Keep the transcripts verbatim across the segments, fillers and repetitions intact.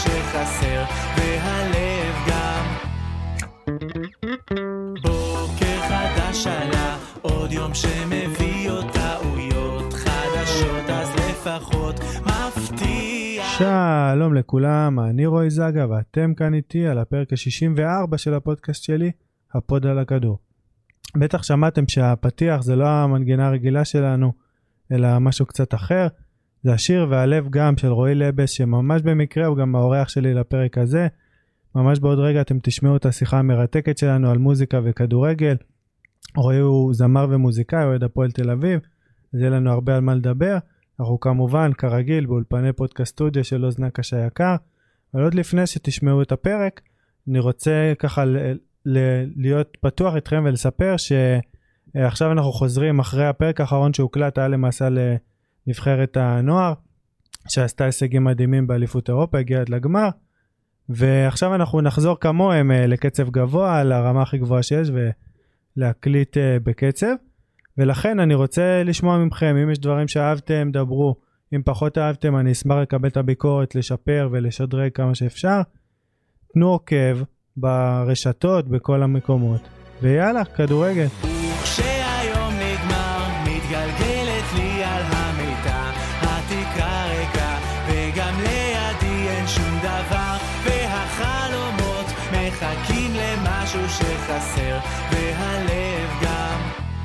שחסר והלב גם. בוקר חדש עלה, עוד יום שמביא עוד טעויות חדשות, אז לפחות מפתיע. שלום לכולם, אני רועי זגה ואתם כאן איתי על הפרק ה-שישים וארבע של הפודקאסט שלי, הפוד על הכדור. בטח שמעתם שהפתיח זה לא המנגינה הרגילה שלנו, אלא משהו קצת אחר. זה השיר והלב גם של רועי לבס, שממש במקרה הוא גם האורח שלי לפרק הזה. ממש בעוד רגע אתם תשמעו את השיחה המרתקת שלנו על מוזיקה וכדורגל. רועי הוא זמר ומוזיקאי, אוהד הפועל תל אביב, אז יהיה לנו הרבה על מה לדבר. אנחנו כמובן, כרגיל, באולפני פודקאסט סטודיו של אוזנה קשה יקר. אבל עוד לפני שתשמעו את הפרק, אני רוצה ככה ל- ל- להיות פתוח איתכם ולספר שעכשיו אנחנו חוזרים אחרי הפרק האחרון שהוקלט, היה למעשה לנבחרת הנוער, שעשתה הישגים מדהימים באליפות אירופה, הגיעה עד לגמר, ועכשיו אנחנו נחזור כמוהם לקצב גבוה, לרמה הכי גבוהה שיש, ולהקליט בקצב. ולכן אני רוצה לשמוע ממכם, אם יש דברים שאהבתם, דברו. אם פחות אהבתם, אני אשמח לקבל את הביקורת, לשפר ולשדרג כמה שאפשר. תנו עוקב ברשתות, בכל המקומות. ויאללה, כדורגל. וכשהיום נגמר, מתגלגלת לי על המיטה, התקרה ריקה, וגם לידי אין שום דבר, והחלומות מחכים למשהו שחסר, והלב גם.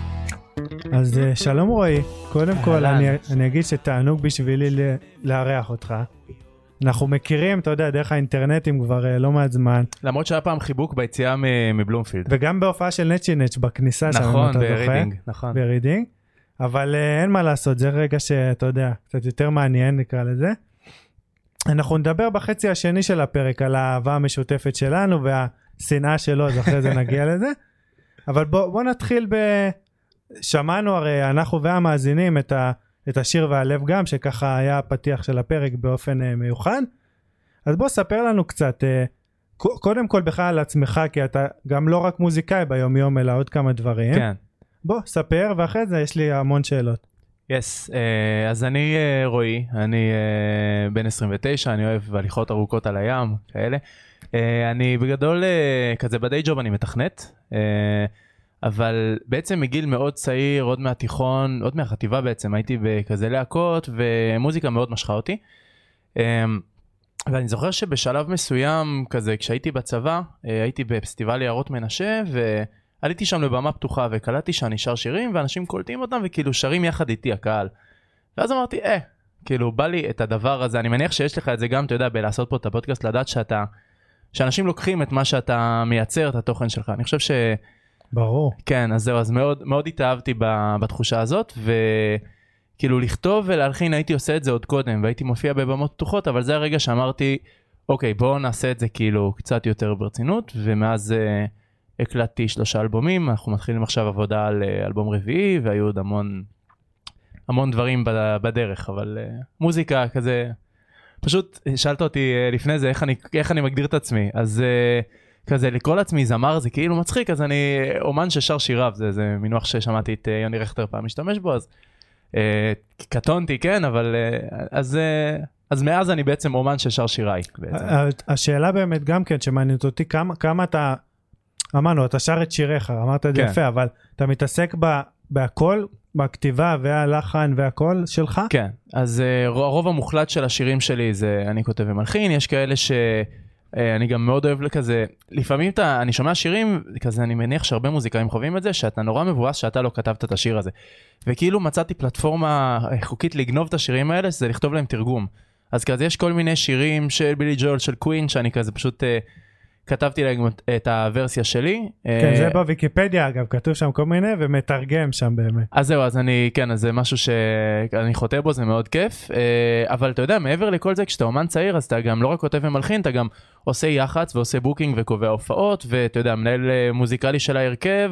אז שלום רועי, קודם כל אני, אני אגיד שתענוג בשבילי לארח אותך. אנחנו מכירים, אתה יודע, דרך האינטרנטים כבר לא מעט זמן. למרות שהיה פעם חיבוק ביציאה מבלומפילד. וגם בהופעה של נצ'י נץ' בכניסה. נכון, ברידינג. נכון. ברידינג. אבל אין מה לעשות, זה רגע שאתה יודע, קצת יותר מעניין נקרא לזה. אנחנו נדבר בחצי השני של הפרק על האהבה המשותפת שלנו והשנאה שלו, אז אחרי זה נגיע לזה. אבל בוא, בוא נתחיל ב... שמענו הרי אנחנו והמאזינים את, ה, את השיר והלב גם, שככה היה הפתיח של הפרק באופן uh, מיוחד. אז בוא ספר לנו קצת, uh, קודם כל בכלל על עצמך, כי אתה גם לא רק מוזיקאי ביום יום, אלא עוד כמה דברים. כן. בוא ספר, ואחרי זה יש לי המון שאלות. Yes, uh, אז אני uh, רועי, אני uh, בן עשרים ותשע, אני אוהב הליכות ארוכות על הים, כאלה. Uh, אני בגדול, uh, כזה בדי ג'וב אני מתכנת, uh, אבל בעצם מגיל מאוד צעיר, עוד מהתיכון, עוד מהחטיבה בעצם, הייתי בכזה להקות, ומוזיקה מאוד משכה אותי. ואני זוכר שבשלב מסוים, כזה, כשהייתי בצבא, הייתי בפסטיבל יערות מנשה, ועליתי שם לבמה פתוחה, וקלטתי שאני שר שירים, ואנשים קולטים אותם, וכאילו שרים יחד איתי הקהל. ואז אמרתי, אה, כאילו, בא לי את הדבר הזה, אני מניח שיש לך את זה גם, אתה יודע, בלעשות פה את הפודקאסט, לדעת שאתה, שאנשים לוקחים את מה שאתה מייצר, את התוכן שלך. אני חושב ש ברור. כן, אז זהו, אז מאוד, מאוד התאהבתי בתחושה הזאת, וכאילו לכתוב ולהלחין הייתי עושה את זה עוד קודם, והייתי מופיע בבמות פתוחות, אבל זה הרגע שאמרתי, אוקיי, בואו נעשה את זה כאילו קצת יותר ברצינות, ומאז אה, הקלטתי שלושה אלבומים, אנחנו מתחילים עכשיו עבודה על אלבום רביעי, והיו עוד המון, המון דברים בדרך, אבל אה, מוזיקה כזה, פשוט שאלת אותי אה, לפני זה, איך אני, איך אני מגדיר את עצמי, אז אה, כזה לקרוא לעצמי זמר זה כאילו מצחיק, אז אני אומן ששר שיריו, זה, זה מינוח ששמעתי את יוני רכטר פעם משתמש בו, אז אה, קטונתי, כן, אבל אה, אז, אה, אז מאז אני בעצם אומן ששר שיריי. בעצם. השאלה באמת גם כן שמעניינת אותי, כמה, כמה אתה, אמרנו, אתה שר את שיריך, אמרת את זה כן. יפה, אבל אתה מתעסק ב, בהכל, בכתיבה והלחן והכל שלך? כן, אז אה, הרוב המוחלט של השירים שלי זה אני כותב ומלחין, יש כאלה ש... אני גם מאוד אוהב לכזה, לפעמים אתה, אני שומע שירים, כזה אני מניח שהרבה מוזיקאים חווים את זה, שאתה נורא מבואס שאתה לא כתבת את השיר הזה. וכאילו מצאתי פלטפורמה חוקית לגנוב את השירים האלה, שזה לכתוב להם תרגום. אז כזה יש כל מיני שירים של בילי ג'ול, של קווין, שאני כזה פשוט כתבתי להם את הוורסיה שלי. כן, זה בוויקיפדיה אגב, כתוב שם כל מיני ומתרגם שם באמת. אז זהו, אז אני, כן, אז זה משהו שאני חוטא בו, זה מאוד כיף. אבל אתה יודע, מעבר לכל זה, כשאתה אומן צעיר, אז אתה גם לא רק כותב ומלחין, אתה גם עושה יח"צ ועושה בוקינג וקובע הופעות, ואתה יודע, מנהל מוזיקלי של ההרכב,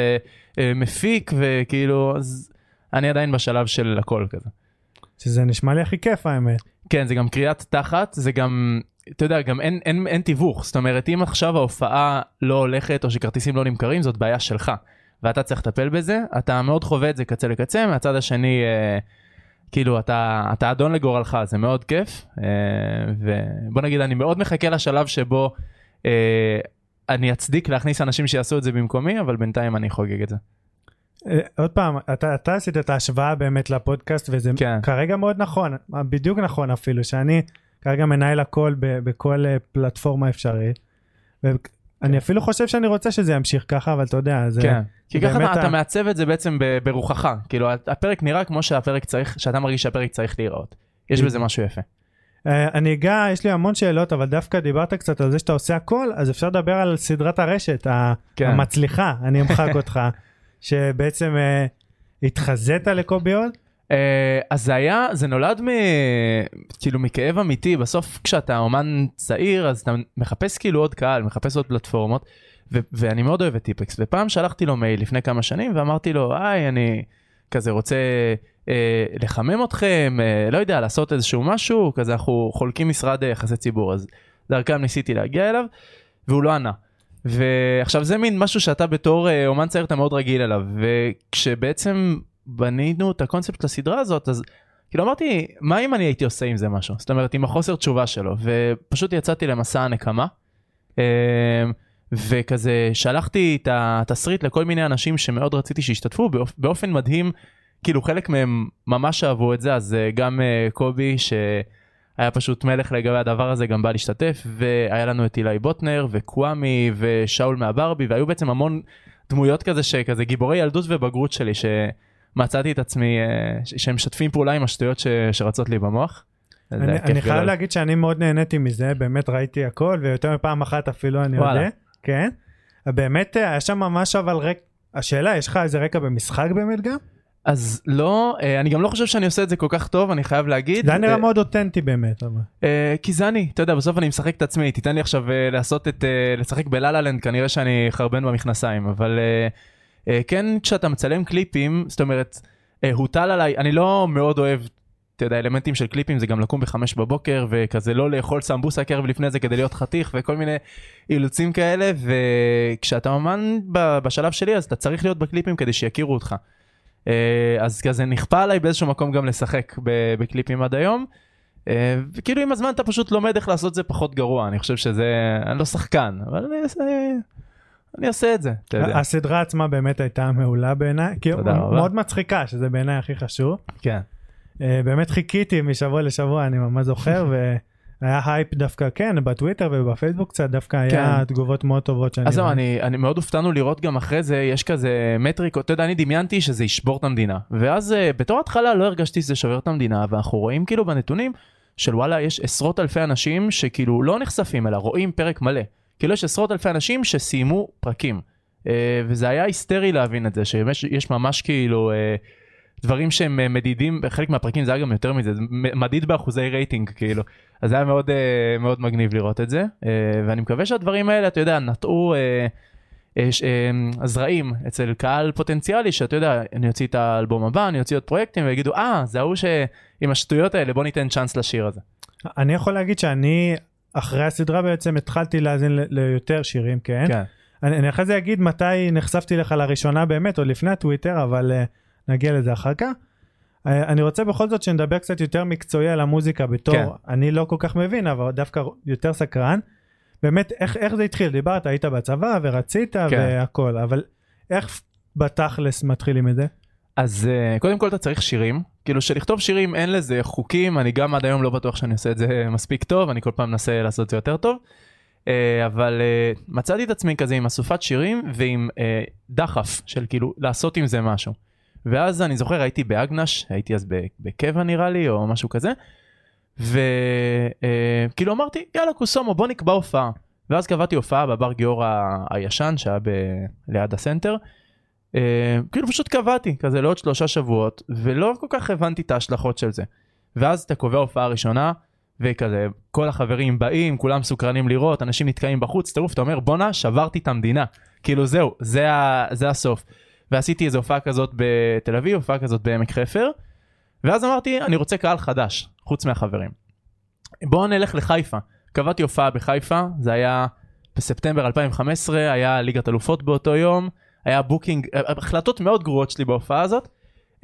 ומפיק, וכאילו, אז אני עדיין בשלב של הכל כזה. שזה נשמע לי הכי כיף האמת. כן, זה גם קריאת תחת, זה גם... אתה יודע, גם אין, אין, אין תיווך, זאת אומרת, אם עכשיו ההופעה לא הולכת או שכרטיסים לא נמכרים, זאת בעיה שלך, ואתה צריך לטפל בזה, אתה מאוד חווה את זה קצה לקצה, מהצד השני, אה, כאילו אתה, אתה אדון לגורלך, זה מאוד כיף, ובוא נגיד, אני מאוד מחכה לשלב שבו אני אצדיק להכניס אנשים שיעשו את זה במקומי, אבל בינתיים אני חוגג את זה. עוד פעם, אתה, אתה עשית את ההשוואה באמת לפודקאסט, וזה כן. כרגע מאוד נכון, בדיוק נכון אפילו, שאני כרגע מנהל הכל ב, בכל פלטפורמה אפשרית, ואני אפילו חושב שאני רוצה שזה ימשיך ככה, אבל אתה יודע, זה... כן, כי ככה אתה, ה... אתה מעצב את זה בעצם ברוחך, כאילו הפרק נראה כמו שהפרק צריך, שאתה מרגיש שהפרק צריך להיראות, יש בזה משהו יפה. אני אגע, יש לי המון שאלות, אבל דווקא דיברת קצת על זה שאתה עושה הכל, אז אפשר לדבר על סדרת הרשת, כן. המצליחה, אני אמחק אותך. שבעצם אה, התחזית לקובי עוד? אה, אז זה היה, זה נולד מ, כאילו מכאב אמיתי, בסוף כשאתה אומן צעיר, אז אתה מחפש כאילו עוד קהל, מחפש עוד פלטפורמות, ו- ואני מאוד אוהב את טיפקס, ופעם שלחתי לו מייל לפני כמה שנים, ואמרתי לו, היי, אני כזה רוצה אה, לחמם אתכם, אה, לא יודע, לעשות איזשהו משהו, כזה אנחנו חולקים משרד יחסי ציבור, אז דרכם ניסיתי להגיע אליו, והוא לא ענה. ועכשיו זה מין משהו שאתה בתור אומן צעיר אתה מאוד רגיל אליו, וכשבעצם בנינו את הקונספט לסדרה הזאת, אז כאילו אמרתי, מה אם אני הייתי עושה עם זה משהו? זאת אומרת, עם החוסר תשובה שלו, ופשוט יצאתי למסע הנקמה, וכזה שלחתי את התסריט לכל מיני אנשים שמאוד רציתי שישתתפו, באופן מדהים, כאילו חלק מהם ממש אהבו את זה, אז גם קובי ש... היה פשוט מלך לגבי הדבר הזה, גם בא להשתתף, והיה לנו את אילי בוטנר, וקוואמי, ושאול מהברבי, והיו בעצם המון דמויות כזה, שכזה גיבורי ילדות ובגרות שלי, שמצאתי את עצמי, שהם משתפים פעולה עם השטויות ש... שרצות לי במוח. אני, אני חייב להגיד שאני מאוד נהניתי מזה, באמת ראיתי הכל, ויותר מפעם אחת אפילו אני וואלה. יודע. כן. באמת, היה שם ממש אבל רק... השאלה, יש לך איזה רקע במשחק באמת גם? אז לא, אני גם לא חושב שאני עושה את זה כל כך טוב, אני חייב להגיד. זה נראה מאוד אותנטי באמת. כי זה אני, אתה יודע, בסוף אני משחק את עצמי, תיתן לי עכשיו לעשות את, לשחק בללה-לנד, כנראה שאני חרבן במכנסיים, אבל כן, כשאתה מצלם קליפים, זאת אומרת, הוטל עליי, אני לא מאוד אוהב, אתה יודע, אלמנטים של קליפים, זה גם לקום בחמש בבוקר, וכזה לא לאכול סמבוסה קרב לפני זה כדי להיות חתיך, וכל מיני אילוצים כאלה, וכשאתה אומן בשלב שלי, אז אתה צריך להיות בקליפים כדי שיכירו אותך. אז כזה נכפה עליי באיזשהו מקום גם לשחק בקליפים עד היום, וכאילו עם הזמן אתה פשוט לומד איך לעשות זה פחות גרוע, אני חושב שזה, אני לא שחקן, אבל אני, אני, אני אעשה את זה, אתה יודע. הסדרה עצמה באמת הייתה מעולה בעיניי, כי מאוד מצחיקה, שזה בעיניי הכי חשוב. כן. באמת חיכיתי משבוע לשבוע, אני ממש זוכר, והיה הייפ דווקא, כן, בטוויטר ובפייסבוק קצת, דווקא היה תגובות מאוד טובות שאני... אז זהו, אני מאוד הופתענו לראות גם אחרי זה, יש כזה מטריק, אתה יודע, אני דמיינתי שזה ישבור את המדינה, ואז בתור התחלה לא הרגשתי שזה שובר את המדינה, ואנחנו רואים כאילו בנתונים של וואלה, יש עשרות אלפי אנשים שכאילו לא נחשפים, אלא רואים פרק מלא. כאילו יש עשרות אלפי אנשים שסיימו פרקים, וזה היה היסטרי להבין את זה, שיש ממש כאילו... דברים שהם מדידים, חלק מהפרקים זה היה גם יותר מזה, זה מדיד באחוזי רייטינג כאילו, אז זה היה מאוד, מאוד מגניב לראות את זה, ואני מקווה שהדברים האלה, אתה יודע, נטעו הזרעים אצל קהל פוטנציאלי, שאתה יודע, אני אוציא את האלבום הבא, אני אוציא עוד פרויקטים, ויגידו, אה, זה הוא שעם השטויות האלה, בוא ניתן צ'אנס לשיר הזה. אני יכול להגיד שאני, אחרי הסדרה בעצם, התחלתי להאזין ליותר שירים, כן? כן. אני, אני אחרי זה אגיד מתי נחשפתי לך לראשונה באמת, או לפני הטוויטר, אבל... נגיע לזה אחר כך. אני רוצה בכל זאת שנדבר קצת יותר מקצועי על המוזיקה בתור, כן. אני לא כל כך מבין, אבל דווקא יותר סקרן. באמת, איך, איך זה התחיל? דיברת, היית בצבא ורצית כן. והכל, אבל איך בתכלס מתחילים את זה? אז קודם כל אתה צריך שירים, כאילו שלכתוב שירים אין לזה חוקים, אני גם עד היום לא בטוח שאני עושה את זה מספיק טוב, אני כל פעם מנסה לעשות את זה יותר טוב, אבל מצאתי את עצמי כזה עם אסופת שירים ועם דחף של כאילו לעשות עם זה משהו. ואז אני זוכר, הייתי באגנש, הייתי אז בקבע נראה לי, או משהו כזה, וכאילו אמרתי, יאללה קוסומו, בוא נקבע הופעה. ואז קבעתי הופעה בבר גיאור הישן, שהיה ליד הסנטר, כאילו פשוט קבעתי, כזה לעוד שלושה שבועות, ולא כל כך הבנתי את ההשלכות של זה. ואז אתה קובע הופעה ראשונה, וכזה, כל החברים באים, כולם סוקרנים לראות, אנשים נתקעים בחוץ, תרוף, אתה אומר, בונה, שברתי את המדינה. כאילו זהו, זה, זה הסוף. ועשיתי איזו הופעה כזאת בתל אביב, הופעה כזאת בעמק חפר, ואז אמרתי, אני רוצה קהל חדש, חוץ מהחברים. בואו נלך לחיפה. קבעתי הופעה בחיפה, זה היה בספטמבר אלפיים וחמש עשרה, היה ליגת אלופות באותו יום, היה בוקינג, החלטות מאוד גרועות שלי בהופעה הזאת,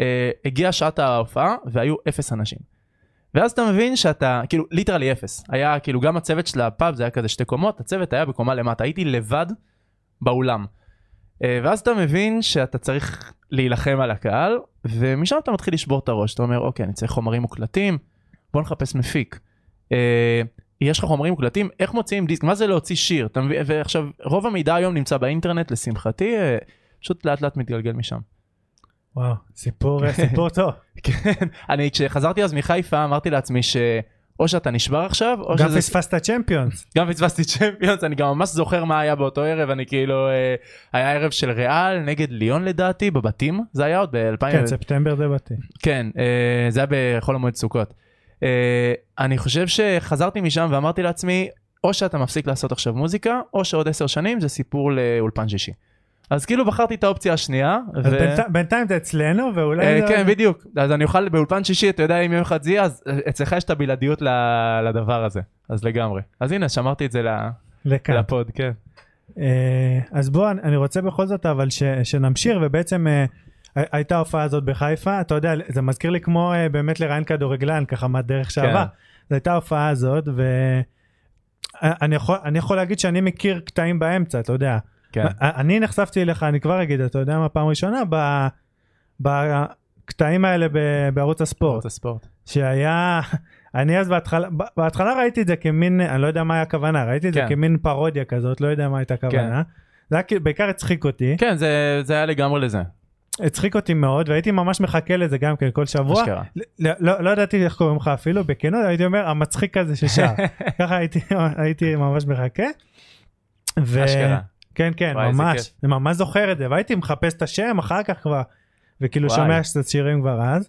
אה, הגיעה שעת ההופעה והיו אפס אנשים. ואז אתה מבין שאתה, כאילו, ליטרלי אפס. היה, כאילו, גם הצוות של הפאב, זה היה כזה שתי קומות, הצוות היה בקומה למטה, הייתי לבד באולם. ואז אתה מבין שאתה צריך להילחם על הקהל, ומשם אתה מתחיל לשבור את הראש. אתה אומר, אוקיי, אני צריך חומרים מוקלטים, בוא נחפש מפיק. יש לך חומרים מוקלטים, איך מוציאים דיסק? מה זה להוציא שיר? ועכשיו, רוב המידע היום נמצא באינטרנט, לשמחתי, פשוט לאט לאט מתגלגל משם. וואו, סיפור, סיפור טוב. כן, אני כשחזרתי אז מחיפה, אמרתי לעצמי ש... או שאתה נשבר עכשיו, או גם שזה... פספסת צ'מפיונס. גם פספסתי צ'מפיונס, אני גם ממש זוכר מה היה באותו ערב, אני כאילו, אה, היה ערב של ריאל נגד ליון לדעתי, בבתים, זה היה עוד ב-אלפיים... כן, ספטמבר זה בתים. כן, אה, זה היה בחול המועד סוכות. אה, אני חושב שחזרתי משם ואמרתי לעצמי, או שאתה מפסיק לעשות עכשיו מוזיקה, או שעוד עשר שנים זה סיפור לאולפן שישי. אז כאילו בחרתי את האופציה השנייה. אז בינתיים זה אצלנו ואולי... כן, בדיוק. אז אני אוכל באולפן שישי, אתה יודע אם יום אחד זה, אז אצלך יש את הבלעדיות לדבר הזה. אז לגמרי. אז הנה, שמרתי את זה לפוד, כן. אז בוא, אני רוצה בכל זאת, אבל שנמשיך, ובעצם הייתה ההופעה הזאת בחיפה, אתה יודע, זה מזכיר לי כמו באמת לראיין כדורגלן, ככה מהדרך שעבר. זו הייתה ההופעה הזאת, ואני יכול להגיד שאני מכיר קטעים באמצע, אתה יודע. כן. אני נחשפתי לך, אני כבר אגיד, אתה יודע מה פעם ראשונה, בקטעים האלה בערוץ הספורט. בערוץ הספורט. שהיה, אני אז בהתחלה, בהתחלה ראיתי את זה כמין, אני לא יודע מה היה הכוונה, ראיתי את זה כמין פרודיה כזאת, לא יודע מה הייתה הכוונה. זה היה בעיקר הצחיק אותי. כן, זה היה לגמרי לזה. הצחיק אותי מאוד, והייתי ממש מחכה לזה גם כן כל שבוע. לא ידעתי איך קוראים לך אפילו, בכנות, הייתי אומר, המצחיק הזה ששר. ככה הייתי ממש מחכה. אשכרה. כן, כן, ממש, אני ממש זוכר את זה, והייתי מחפש את השם אחר כך כבר, וכאילו שומע שאת שירים כבר אז,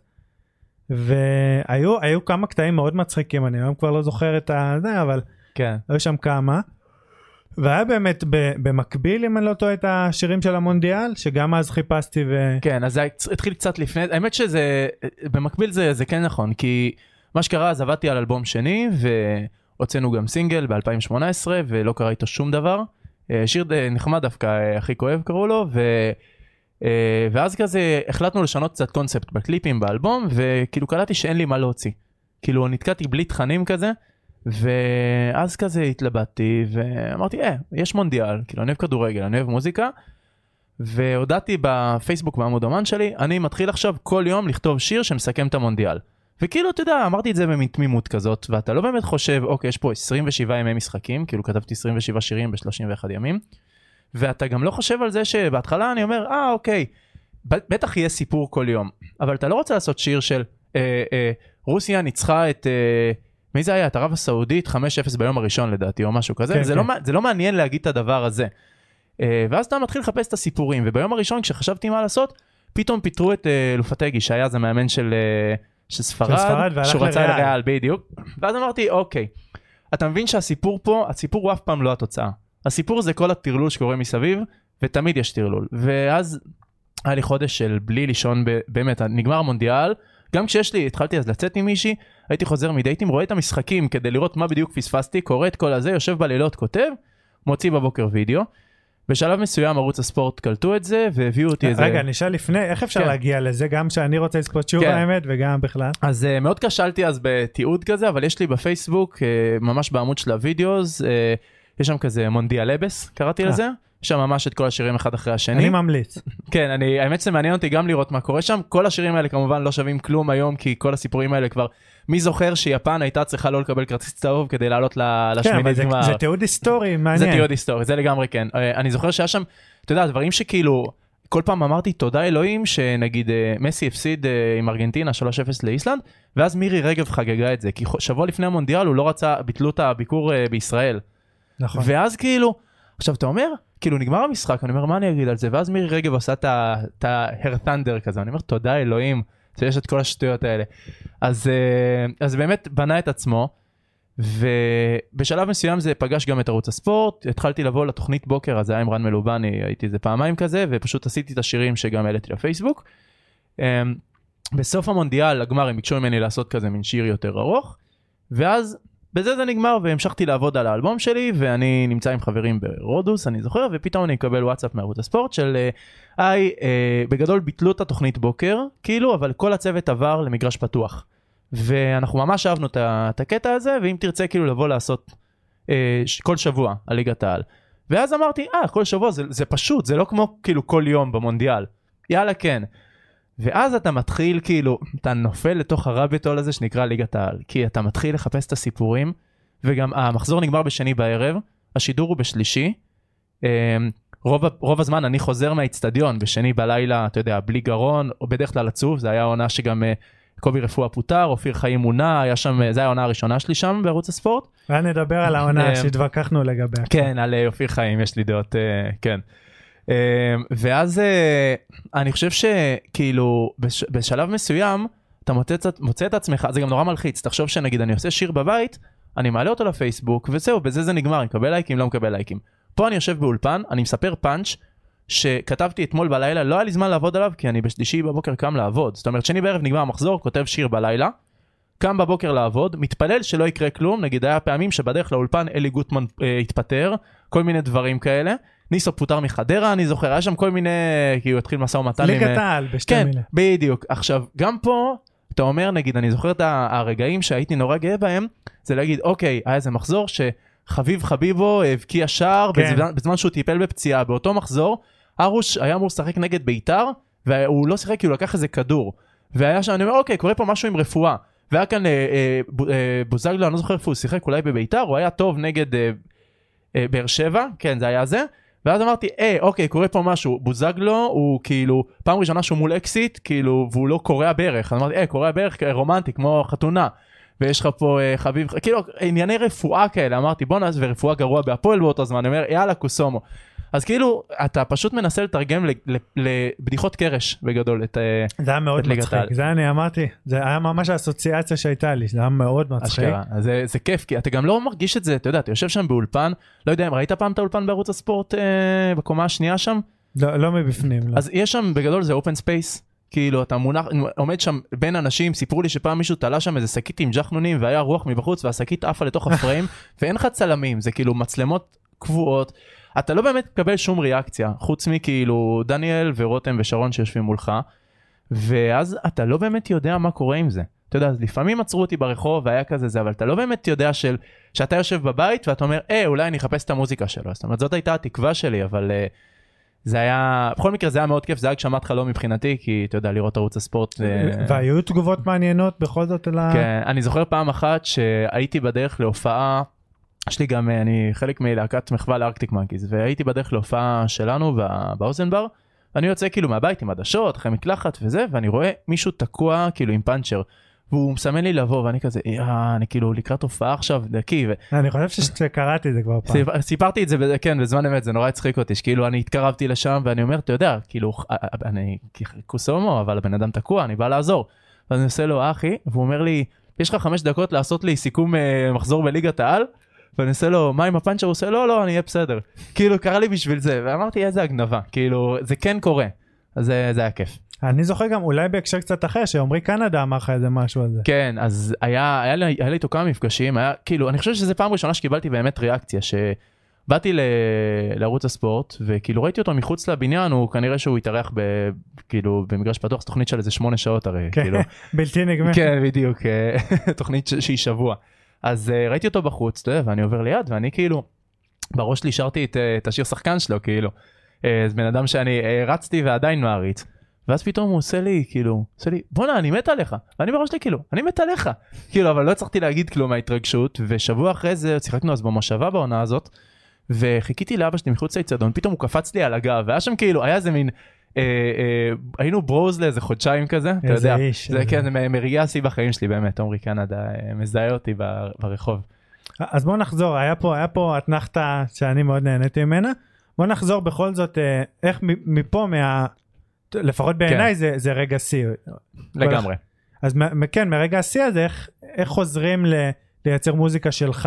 והיו כמה קטעים מאוד מצחיקים, אני היום כבר לא זוכר את זה, אבל היו שם כמה, והיה באמת במקביל, אם אני לא טועה, את השירים של המונדיאל, שגם אז חיפשתי ו... כן, אז זה התחיל קצת לפני, האמת שזה, במקביל זה כן נכון, כי מה שקרה, אז עבדתי על אלבום שני, והוצאנו גם סינגל ב-אלפיים שמונה עשרה, ולא קרה איתו שום דבר, שיר נחמד דווקא, הכי כואב קראו לו, ו... ואז כזה החלטנו לשנות קצת קונספט בקליפים באלבום, וכאילו קלטתי שאין לי מה להוציא. כאילו נתקעתי בלי תכנים כזה, ואז כזה התלבטתי, ואמרתי, אה, יש מונדיאל, כאילו אני אוהב כדורגל, אני אוהב מוזיקה, והודעתי בפייסבוק בעמוד אומן שלי, אני מתחיל עכשיו כל יום לכתוב שיר שמסכם את המונדיאל. וכאילו, אתה יודע, אמרתי את זה במתמימות כזאת, ואתה לא באמת חושב, אוקיי, יש פה עשרים ושבעה ימי משחקים, כאילו כתבתי עשרים ושבעה שירים ב-שלושים ואחד ימים, ואתה גם לא חושב על זה שבהתחלה אני אומר, אה, אוקיי, בטח יהיה סיפור כל יום, אבל אתה לא רוצה לעשות שיר של, אה, אה, רוסיה ניצחה את, אה, מי זה היה? את ערב הסעודית, חמש אפס ביום הראשון לדעתי, או משהו כזה, כן, זה, כן. לא, זה לא מעניין להגיד את הדבר הזה. אה, ואז אתה מתחיל לחפש את הסיפורים, וביום הראשון כשחשבתי מה לעשות, פתאום פיתרו את אה, לופטגי, שהיה זה מאמן של... אה, של ספרד, שהוא רצה לריאל, בדיוק. ואז אמרתי, אוקיי, אתה מבין שהסיפור פה, הסיפור הוא אף פעם לא התוצאה. הסיפור זה כל הטרלול שקורה מסביב, ותמיד יש טרלול. ואז היה לי חודש של בלי לישון, באמת, נגמר המונדיאל, גם כשיש לי, התחלתי אז לצאת עם מישהי, הייתי חוזר מדייטים, רואה את המשחקים כדי לראות מה בדיוק פספסתי, קורא את כל הזה, יושב בלילות, כותב, מוציא בבוקר וידאו. בשלב מסוים ערוץ הספורט קלטו את זה והביאו אותי איזה... רגע, נשאל לפני, איך אפשר להגיע לזה? גם שאני רוצה לספות שוב האמת וגם בכלל. אז מאוד כשלתי אז בתיעוד כזה, אבל יש לי בפייסבוק, ממש בעמוד של הוידאוס, יש שם כזה מונדיאלבס, קראתי לזה. יש שם ממש את כל השירים אחד אחרי השני. אני ממליץ. כן, אני, האמת שזה מעניין אותי גם לראות מה קורה שם. כל השירים האלה כמובן לא שווים כלום היום, כי כל הסיפורים האלה כבר, מי זוכר שיפן הייתה צריכה לא לקבל כרטיס צהוב כדי לעלות לשמינית גמר. כן, זה תיעוד היסטורי, מעניין. זה תיעוד היסטורי, זה לגמרי כן. אני זוכר שהיה שם, אתה יודע, דברים שכאילו, כל פעם אמרתי תודה אלוהים, שנגיד מסי הפסיד עם ארגנטינה שלוש אפס לאיסלנד, ואז מירי רגב חגגה את זה, כי שבוע לפני המונדיאל הוא לא רצה, ביטלו את הביקור בישראל. נכון. ואז כאילו, עכשיו אתה אומר, כאילו נגמר המשחק, אני אומר, מה אני אגיד על זה? ואז מירי רגב עושה את ההר תנדר כזה, אני אומר, תודה אלוהים, שיש את כל השטויות האלה. אז, אז באמת בנה את עצמו, ובשלב מסוים זה פגש גם את ערוץ הספורט, התחלתי לבוא לתוכנית בוקר, אז היה עם רן מלובני, הייתי איזה פעמיים כזה, ופשוט עשיתי את השירים שגם העליתי לפייסבוק. בסוף המונדיאל, הגמר, הם ביקשו ממני לעשות כזה מין שיר יותר ארוך, ואז בזה זה נגמר, והמשכתי לעבוד על האלבום שלי, ואני נמצא עם חברים ברודוס, אני זוכר, ופתאום אני אקבל וואטסאפ מערוץ הספורט של, היי, אה, בגדול ביטלו את התוכנית בוקר, כאילו, אבל כל הצוות עבר למגרש פתוח. ואנחנו ממש אהבנו את הקטע הזה, ואם תרצה כאילו לבוא לעשות אה, כל שבוע על ליגת העל. ואז אמרתי, אה, כל שבוע זה, זה פשוט, זה לא כמו כאילו כל יום במונדיאל. יאללה, כן. ואז אתה מתחיל כאילו, אתה נופל לתוך הרביטול הזה שנקרא ליגת העל, כי אתה מתחיל לחפש את הסיפורים, וגם המחזור נגמר בשני בערב, השידור הוא בשלישי, רוב, רוב הזמן אני חוזר מהאצטדיון, בשני בלילה, אתה יודע, בלי גרון, או בדרך כלל עצוב, זה היה עונה שגם קובי רפואה פוטר, אופיר חיים מונה, היה שם, זה היה העונה הראשונה שלי שם בערוץ הספורט. ונדבר על העונה שהתווכחנו לגביה. כן, על אופיר חיים, יש לי דעות, כן. ואז אני חושב שכאילו בשלב מסוים אתה מוצא את עצמך, זה גם נורא מלחיץ, תחשוב שנגיד אני עושה שיר בבית, אני מעלה אותו לפייסבוק וזהו, בזה זה נגמר, אני מקבל לייקים, לא מקבל לייקים. פה אני יושב באולפן, אני מספר פאנץ' שכתבתי אתמול בלילה, לא היה לי זמן לעבוד עליו כי אני בשלישי בבוקר קם לעבוד, זאת אומרת שני בערב נגמר המחזור, כותב שיר בלילה, קם בבוקר לעבוד, מתפלל שלא יקרה כלום, נגיד היה פעמים שבדרך לאולפן אלי גוטמן אה, התפטר, כל מיני דברים כאלה, ניסו פוטר מחדרה, אני זוכר, היה שם כל מיני, כי הוא התחיל מסע ומתן. ליגת העל, בשתי כן, מילה. בדיוק. עכשיו, גם פה, אתה אומר, נגיד, אני זוכר את הרגעים שהייתי נורא גאה בהם, זה להגיד, אוקיי, היה איזה מחזור שחביב חביבו הבקיע שער, כן. בזמן, בזמן שהוא טיפל בפציעה, באותו מחזור, ארוש היה אמור לשחק נגד ביתר, והוא לא שיחק כי הוא לקח איזה כדור. והיה שם, אני אומר, אוקיי, קורה פה משהו עם רפואה. והיה כאן אה, אה, אה, בוזגלו, אני לא זוכר איפה הוא שיחק, אולי בביתר, הוא היה טוב נגד אה, אה, באר שבע, כן, זה היה זה. ואז אמרתי, אה, אוקיי, קורה פה משהו, בוזגלו הוא כאילו, פעם ראשונה שהוא מול אקסיט, כאילו, והוא לא קורע ברך, אז אמרתי, אה, קורע ברך רומנטי, כמו חתונה, ויש לך פה אה, חביב, כאילו, ענייני רפואה כאלה, אמרתי, בוא נעז, ורפואה גרוע בהפועל באותו זמן, אני אומר, יאללה, קוסומו. אז כאילו, אתה פשוט מנסה לתרגם לבדיחות קרש בגדול את ליגת העל. זה היה מאוד מצחיק, זה אני אמרתי, זה היה ממש האסוציאציה שהייתה לי, זה היה מאוד מצחיק. זה, זה כיף, כי אתה גם לא מרגיש את זה, אתה יודע, אתה יושב שם באולפן, לא יודע אם ראית פעם את האולפן בערוץ הספורט אה, בקומה השנייה שם? לא, לא מבפנים. לא. אז יש שם בגדול זה open space, כאילו אתה מונח, עומד שם בין אנשים, סיפרו לי שפעם מישהו תלה שם איזה שקית עם ג'חנונים, והיה רוח מבחוץ, והשקית עפה לתוך הפריים, ואין לך צלמים, זה כאילו מצלמות קבועות, אתה לא באמת מקבל שום ריאקציה, חוץ מכאילו דניאל ורותם ושרון שיושבים מולך, ואז אתה לא באמת יודע מה קורה עם זה. אתה יודע, לפעמים עצרו אותי ברחוב והיה כזה זה, אבל אתה לא באמת יודע של, שאתה יושב בבית ואתה אומר, אה, אולי אני אחפש את המוזיקה שלו. זאת אומרת, זאת הייתה התקווה שלי, אבל uh, זה היה, בכל מקרה זה היה מאוד כיף, זה היה גשמת חלום מבחינתי, כי אתה יודע, לראות ערוץ הספורט. והיו תגובות מעניינות בכל זאת על ה... כן, אני זוכר פעם אחת שהייתי בדרך להופעה, יש לי גם, אני חלק מלהקת מחווה לארקטיק מנקיז, והייתי בדרך להופעה שלנו באוזנבר, ואני יוצא כאילו מהבית עם עדשות, אחרי מקלחת וזה, ואני רואה מישהו תקוע כאילו עם פאנצ'ר, והוא מסמן לי לבוא, ואני כזה, אה, אני כאילו לקראת הופעה עכשיו, דקי. ו... אני חושב שקראתי את זה כבר פעם. סיפרתי את זה, כן, בזמן אמת, זה נורא הצחיק אותי, שכאילו אני התקרבתי לשם, ואני אומר, אתה יודע, כאילו, אני קוסומו, אבל הבן אדם תקוע, אני בא לעזור. אז אני עושה לו, אחי, והוא אומר לי, יש לך חמש דקות לעשות לי סיכום מחזור בליגת העל, ואני עושה לו, מה עם הפאנצ'ר? הוא עושה, לא, לא, אני אהיה בסדר. כאילו, קרה לי בשביל זה, ואמרתי, איזה הגנבה, כאילו, זה כן קורה. אז זה, זה היה כיף. אני זוכר גם אולי בהקשר קצת אחר, שעומרי קנדה אמר לך איזה משהו על זה. כן, אז היה, היה, היה, היה לי איתו כמה מפגשים, היה, כאילו, אני חושב שזה פעם ראשונה שקיבלתי באמת ריאקציה, שבאתי ל, לערוץ הספורט, וכאילו ראיתי אותו מחוץ לבניין, הוא כנראה שהוא התארח ב, כאילו, במגרש פתוח, תוכנית של איזה שמונה שעות הרי, כן, כאילו. בלתי נגמר. כן, בדיוק, תוכנית שהיא שבוע. אז uh, ראיתי אותו בחוץ, אתה יודע, ואני עובר ליד, ואני כאילו, בראש שלי שרתי את, את השיר שחקן שלו, כאילו. אז בן אדם שאני uh, רצתי ועדיין מעריץ. ואז פתאום הוא עושה לי, כאילו, עושה לי, בונה, אני מת עליך. ואני בראש שלי, כאילו, אני מת עליך. כאילו, אבל לא הצלחתי להגיד כלום מההתרגשות, ושבוע אחרי זה, שיחקנו אז במושבה בעונה הזאת, וחיכיתי לאבא שלי מחוץ לאצטדיון, פתאום הוא קפץ לי על הגב, והיה שם כאילו, היה איזה מין, אה, אה, היינו ברוז לאיזה חודשיים כזה, אתה יודע. איש, זה, כן, זה מרגע השיא בחיים שלי באמת, עומרי קנדה, מזהה אותי ברחוב. אז בוא נחזור, היה פה, היה פה התנחתה שאני מאוד נהניתי ממנה. בוא נחזור בכל זאת, איך מפה מה... לפחות בעיניי כן. זה, זה רגע שיא. לגמרי. אז כן, מרגע השיא הזה, איך, איך חוזרים ל, לייצר מוזיקה שלך,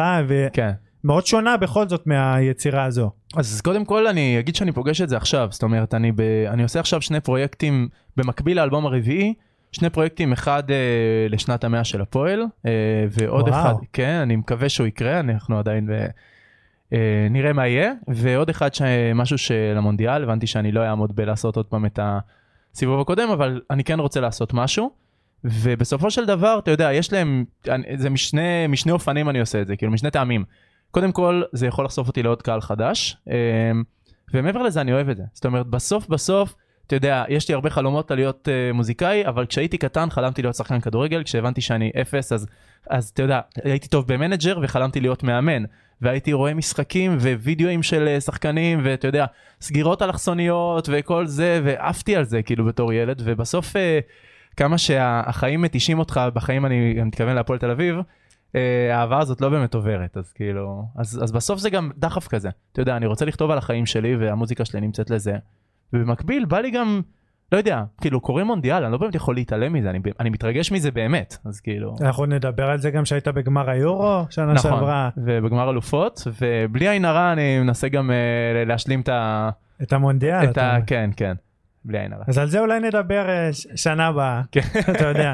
ומאוד כן. שונה בכל זאת מהיצירה הזו. אז קודם כל אני אגיד שאני פוגש את זה עכשיו, זאת אומרת, אני, ב, אני עושה עכשיו שני פרויקטים במקביל לאלבום הרביעי, שני פרויקטים, אחד uh, לשנת המאה של הפועל, uh, ועוד וואו. אחד, כן, אני מקווה שהוא יקרה, אנחנו עדיין ב... Uh, נראה מה יהיה, ועוד אחד ש... משהו של המונדיאל, הבנתי שאני לא אעמוד בלעשות עוד פעם את הסיבוב הקודם, אבל אני כן רוצה לעשות משהו, ובסופו של דבר, אתה יודע, יש להם, זה משני, משני אופנים אני עושה את זה, כאילו משני טעמים. קודם כל, זה יכול לחשוף אותי לעוד קהל חדש, uh, ומעבר לזה אני אוהב את זה. זאת אומרת, בסוף בסוף, אתה יודע, יש לי הרבה חלומות על להיות uh, מוזיקאי, אבל כשהייתי קטן חלמתי להיות שחקן כדורגל, כשהבנתי שאני אפס, אז, אז אתה יודע, הייתי טוב במנג'ר וחלמתי להיות מאמן, והייתי רואה משחקים ווידאוים של שחקנים, ואתה יודע, סגירות אלכסוניות וכל זה, ועפתי על זה כאילו בתור ילד, ובסוף uh, כמה שהחיים מתישים אותך, בחיים אני מתכוון להפועל תל אביב, uh, האהבה הזאת לא באמת עוברת, אז כאילו, אז, אז בסוף זה גם דחף כזה, אתה יודע, אני רוצה לכתוב על החיים שלי, והמוזיקה שלי נמצאת לזה, ובמקביל בא לי גם, לא יודע, כאילו קורא מונדיאל, אני לא באמת יכול להתעלם מזה, אני, אני מתרגש מזה באמת, אז כאילו... אנחנו נדבר על זה גם שהיית בגמר היורו, שנה נכון, שעברה. ובגמר אלופות, ובלי עין הרע אני מנסה גם uh, להשלים את ה... את המונדיאל. את ה... כן, כן, בלי עין הרע. אז על זה אולי נדבר uh, ש- שנה הבאה, אתה יודע.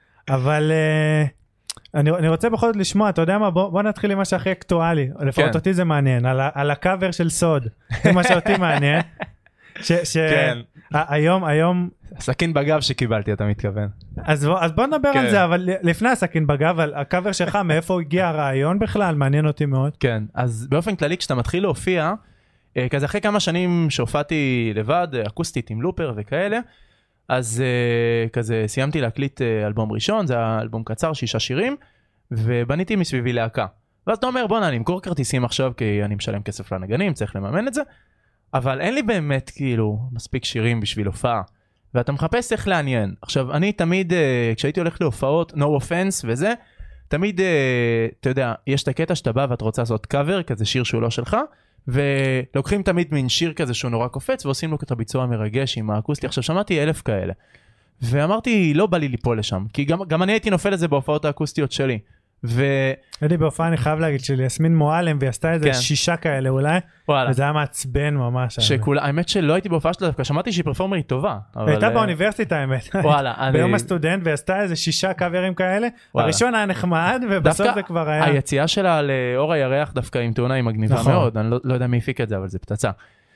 אבל uh, אני, אני רוצה בכל זאת לשמוע, אתה יודע מה, בוא, בוא נתחיל עם מה שהכי אקטואלי, לפחות אותי זה מעניין, על, ה- על הקאבר של סוד, זה מה שאותי מעניין. ש, ש... כן. היום, היום... סכין בגב שקיבלתי, אתה מתכוון. אז בוא, אז בוא נדבר כן. על זה, אבל לפני הסכין בגב, על הקאבר שלך, מאיפה הגיע הרעיון בכלל, מעניין אותי מאוד. כן, אז באופן כללי, כשאתה מתחיל להופיע, כזה אחרי כמה שנים שהופעתי לבד, אקוסטית עם לופר וכאלה, אז כזה סיימתי להקליט אלבום ראשון, זה היה אלבום קצר, שישה שירים, ובניתי מסביבי להקה. ואז אתה אומר, בוא אני אמכור כרטיסים עכשיו, כי אני משלם כסף לנגנים, צריך לממן את זה, אבל אין לי באמת כאילו מספיק שירים בשביל הופעה, ואתה מחפש איך לעניין. עכשיו, אני תמיד, כשהייתי הולך להופעות, no offense וזה, תמיד, אתה יודע, יש את הקטע שאתה בא ואת רוצה לעשות קאבר, כזה שיר שהוא לא שלך, ולוקחים תמיד מין שיר כזה שהוא נורא קופץ, ועושים לו את הביצוע המרגש עם האקוסטי. עכשיו, שמעתי אלף כאלה, ואמרתי, לא בא לי ליפול לשם, כי גם, גם אני הייתי נופל לזה בהופעות האקוסטיות שלי. ו... הייתי בהופעה, אני חייב להגיד שלי, יסמין מועלם, והיא עשתה איזה כן. שישה כאלה אולי, וואלה. וזה היה מעצבן ממש. שכולה, האמת שלא הייתי בהופעה שלה, דווקא שמעתי שהיא פרפורמרית טובה. אבל... הייתה באוניברסיטה האמת. וואלה, אני... ביום הסטודנט, ועשתה איזה שישה קאברים כאלה, וואלה. הראשון היה נחמד, ובסוף זה כבר היה... היציאה שלה לאור הירח דווקא עם תאונה היא מגניבה נכון. מאוד, אני לא, לא יודע מי הפיק את זה, אבל זה פצצה.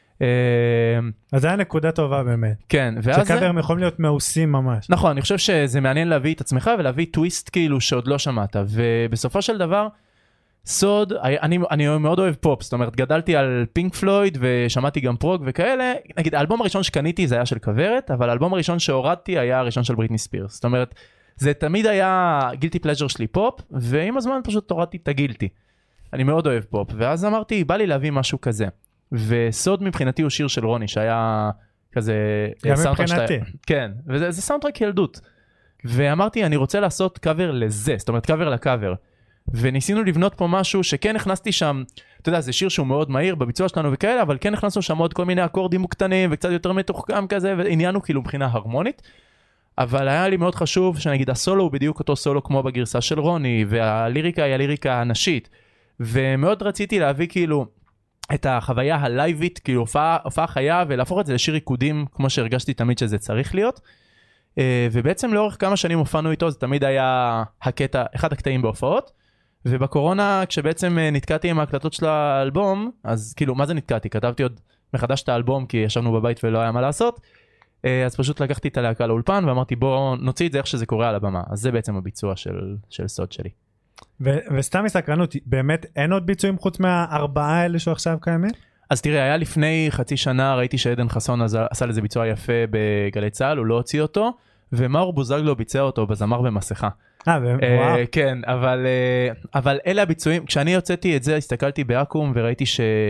אז זה היה נקודה טובה באמת. כן, ואז... שקאברים יכולים להיות מעושים ממש. נכון, אני חושב שזה מעניין להביא את עצמך ולהביא טוויסט כאילו שעוד לא שמעת, ובסופו של דבר, סוד, אני, אני מאוד אוהב פופ, זאת אומרת, גדלתי על פינק פלויד ושמעתי גם פרוג וכאלה, נגיד, האלבום הראשון שקניתי זה היה של כוורת, אבל האלבום הראשון שהורדתי היה הראשון של בריטני ספירס, זאת אומרת, זה תמיד היה גילטי פלז'ר שלי פופ, ועם הזמן פשוט הורדתי את הגילטי. אני מאוד אוהב פופ, ואז אמרתי, בא לי להביא משהו כזה. וסוד מבחינתי הוא שיר של רוני, שהיה כזה... גם מבחינתי. כן, וזה זה סאונדטרק ילדות. ואמרתי, אני רוצה לעשות קאבר לזה, זאת אומרת, קאבר לקאבר. וניסינו לבנות פה משהו שכן הכנסתי שם, אתה יודע, זה שיר שהוא מאוד מהיר בביצוע שלנו וכאלה, אבל כן הכנסנו שם עוד כל מיני אקורדים קטנים, וקצת יותר מתוחכם כזה, ועניינו כאילו מבחינה הרמונית. אבל היה לי מאוד חשוב שנגיד, הסולו הוא בדיוק אותו סולו כמו בגרסה של רוני, והליריקה היא הליריקה הנשית. ומאוד רציתי להביא כאילו... את החוויה הלייבית, כאילו הופעה, הופעה חיה, ולהפוך את זה לשיר ריקודים, כמו שהרגשתי תמיד שזה צריך להיות. ובעצם לאורך כמה שנים הופענו איתו, זה תמיד היה הקטע, אחד הקטעים בהופעות. ובקורונה, כשבעצם נתקעתי עם ההקלטות של האלבום, אז כאילו, מה זה נתקעתי? כתבתי עוד מחדש את האלבום, כי ישבנו בבית ולא היה מה לעשות. אז פשוט לקחתי את הלהקה לאולפן, ואמרתי, בוא נוציא את זה איך שזה קורה על הבמה. אז זה בעצם הביצוע של, של סוד שלי. ו- וסתם מסקרנות, באמת אין עוד ביצועים חוץ מהארבעה האלה שעכשיו קיימים? אז תראה, היה לפני חצי שנה, ראיתי שעדן חסון עשה לזה ביצוע יפה בגלי צהל, הוא לא הוציא אותו, ומאור בוזגלו ביצע אותו בזמר במסכה. אה, וואו. כן, אבל, אבל אלה הביצועים, כשאני הוצאתי את זה, הסתכלתי באקום וראיתי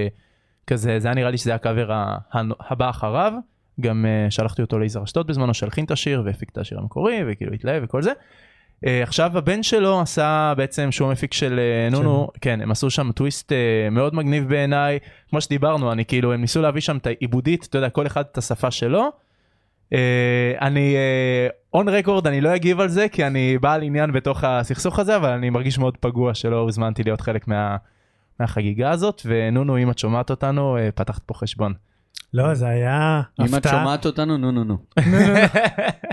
שכזה, זה היה נראה לי שזה הקאבר הבא אחריו, גם שלחתי אותו לאיזר אשדוד בזמנו, שהלחין את השיר והפיק את השיר המקורי, וכאילו התלהב וכל זה. Uh, עכשיו הבן שלו עשה בעצם שהוא מפיק של uh, נונו, כן, הם עשו שם טוויסט uh, מאוד מגניב בעיניי, כמו שדיברנו, אני כאילו, הם ניסו להביא שם את העיבודית, אתה יודע, כל אחד את השפה שלו, uh, אני, uh, on record, אני לא אגיב על זה, כי אני בעל עניין בתוך הסכסוך הזה, אבל אני מרגיש מאוד פגוע שלא הוזמנתי להיות חלק מה, מהחגיגה הזאת, ונונו, אם את שומעת אותנו, uh, פתחת פה חשבון. לא, זה היה אם את שומעת אותנו, נו נו נו.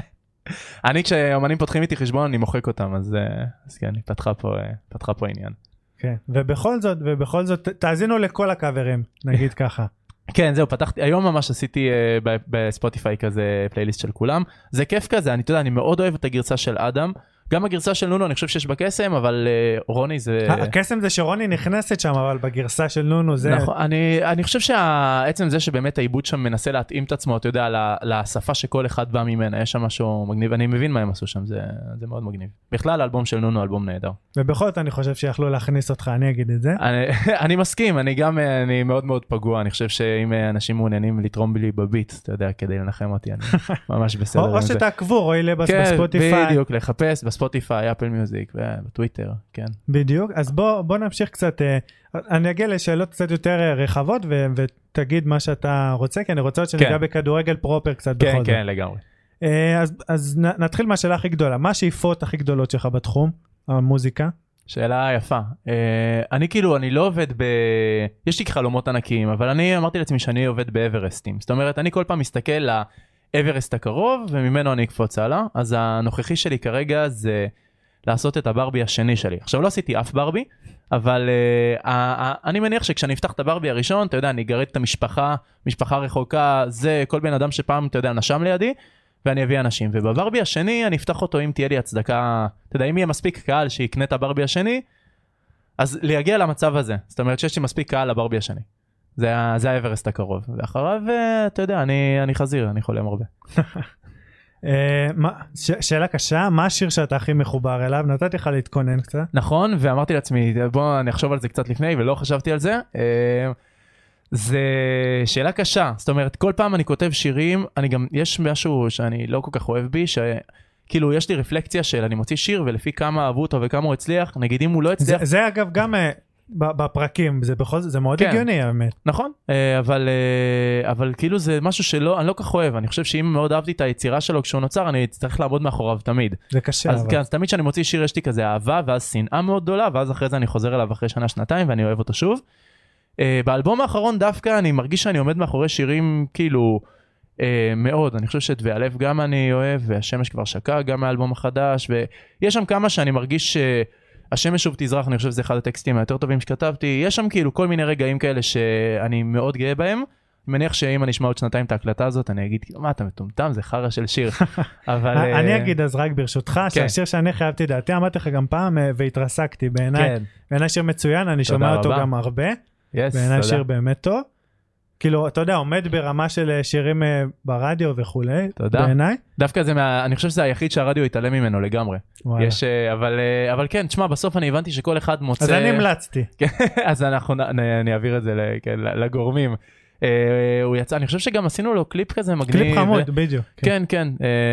אני כשאומנים פותחים איתי חשבון אני מוחק אותם, אז כן, פתחה פה עניין. כן, ובכל זאת, ובכל זאת, תאזינו לכל הקאברים, נגיד ככה. כן, זהו, פתחתי, היום ממש עשיתי בספוטיפיי כזה פלייליסט של כולם. זה כיף כזה, אני יודע, אני מאוד אוהב את הגרסה של אדם. גם הגרסה של נונו, אני חושב שיש בה קסם, אבל uh, רוני זה... הקסם זה שרוני נכנסת שם, אבל בגרסה של נונו זה... נכון, אני, אני חושב שהעצם זה שבאמת העיבוד שם מנסה להתאים את עצמו, אתה יודע, לשפה שכל אחד בא ממנה, יש שם משהו מגניב, אני מבין מה הם עשו שם, זה, זה מאוד מגניב. בכלל, האלבום של נונו, אלבום נהדר. ובכל זאת אני חושב שיכלו להכניס אותך, אני אגיד את זה. אני, אני מסכים, אני גם, אני מאוד מאוד פגוע, אני חושב שאם אנשים מעוניינים לתרום לי בביט, אתה יודע, כדי לנחם אותי, אני ממש בסדר. או, או שתעקבו, רואי לבס בספוטיפיי. כן, בדיוק, לחפש בספוטיפיי, אפל מיוזיק ובטוויטר, כן. בדיוק, אז בוא, בוא נמשיך קצת, אני אגיע לשאלות קצת יותר רחבות ו- ותגיד מה שאתה רוצה, כי אני רוצה עוד שניגע כן. בכדורגל פרופר קצת כן, בכל כן, זאת. כן, לגמרי. אז, אז נתחיל מהשאלה הכי גדולה, מה השאיפות הכי גדולות שלך בתחום, המוזיקה? שאלה יפה. אני כאילו, אני לא עובד ב... יש לי חלומות ענקיים, אבל אני אמרתי לעצמי שאני עובד באברסטים. זאת אומרת, אני כל פעם מסתכל לאברסט הקרוב, וממנו אני אקפוץ הלאה. אז הנוכחי שלי כרגע זה לעשות את הברבי השני שלי. עכשיו, לא עשיתי אף ברבי, אבל uh, uh, uh, אני מניח שכשאני אפתח את הברבי הראשון, אתה יודע, אני אגרד את המשפחה, משפחה רחוקה, זה כל בן אדם שפעם, אתה יודע, נשם לידי, ואני אביא אנשים. ובברבי השני, אני אפתח אותו אם תהיה לי הצדקה, אתה יודע, אם יהיה מספיק קהל שיקנה את הברבי השני, אז להגיע למצב הזה. זאת אומרת שיש לי מספיק קהל לברבי השני. זה, זה האברסט הקרוב. ואחריו, אתה יודע, אני, אני חזיר, אני חולם הרבה. שאלה קשה, מה השיר שאתה הכי מחובר אליו? נתתי לך להתכונן קצת. נכון, ואמרתי לעצמי, בוא נחשוב על זה קצת לפני, ולא חשבתי על זה. זה שאלה קשה, זאת אומרת, כל פעם אני כותב שירים, אני גם, יש משהו שאני לא כל כך אוהב בי, שכאילו יש לי רפלקציה של אני מוציא שיר, ולפי כמה אהבו אותו וכמה הוא הצליח, נגיד אם הוא לא הצליח. זה, זה אגב גם בפרקים, זה בכל זה, זה מאוד כן. הגיוני, האמת. נכון, אבל, אבל כאילו זה משהו שלא, אני לא כך אוהב, אני חושב שאם מאוד אהבתי את היצירה שלו כשהוא נוצר, אני צריך לעמוד מאחוריו תמיד. זה קשה. אז אבל. כן, אז תמיד שאני מוציא שיר יש לי כזה אהבה, ואז שנאה מאוד גדולה, ואז אחרי זה אני חוזר אליו אחרי שנה, שנתיים, ואני אוהב אותו שוב. Uh, באלבום האחרון דווקא אני מרגיש שאני עומד מאחורי שירים כאילו uh, מאוד, אני חושב שאת והלב גם אני אוהב, והשמש כבר שקע גם מהאלבום החדש, ויש שם כמה שאני מרגיש שהשמש שוב תזרח, אני חושב שזה אחד הטקסטים היותר טובים שכתבתי, יש שם כאילו כל מיני רגעים כאלה שאני מאוד גאה בהם, אני מניח שאם אני אשמע עוד שנתיים את ההקלטה הזאת, אני אגיד, מה אתה מטומטם, זה חרא של שיר. אבל... אני אגיד אז רק ברשותך, שהשיר שאני חייבתי דעתי, אמרתי לך גם פעם והתרסקתי בעיניי, בעיניי שיר מצוין, אני שומע אותו גם הרבה. בעיניי שיר באמת טוב. כאילו, אתה יודע, עומד ברמה של שירים ברדיו וכולי, בעיניי. דווקא זה, אני חושב שזה היחיד שהרדיו יתעלם ממנו לגמרי. יש, אבל, אבל כן, תשמע, בסוף אני הבנתי שכל אחד מוצא... אז אני המלצתי. אז אנחנו, אני אעביר את זה לגורמים. הוא יצא, אני חושב שגם עשינו לו קליפ כזה מגניב. קליפ חמוד, בדיוק. כן, כן.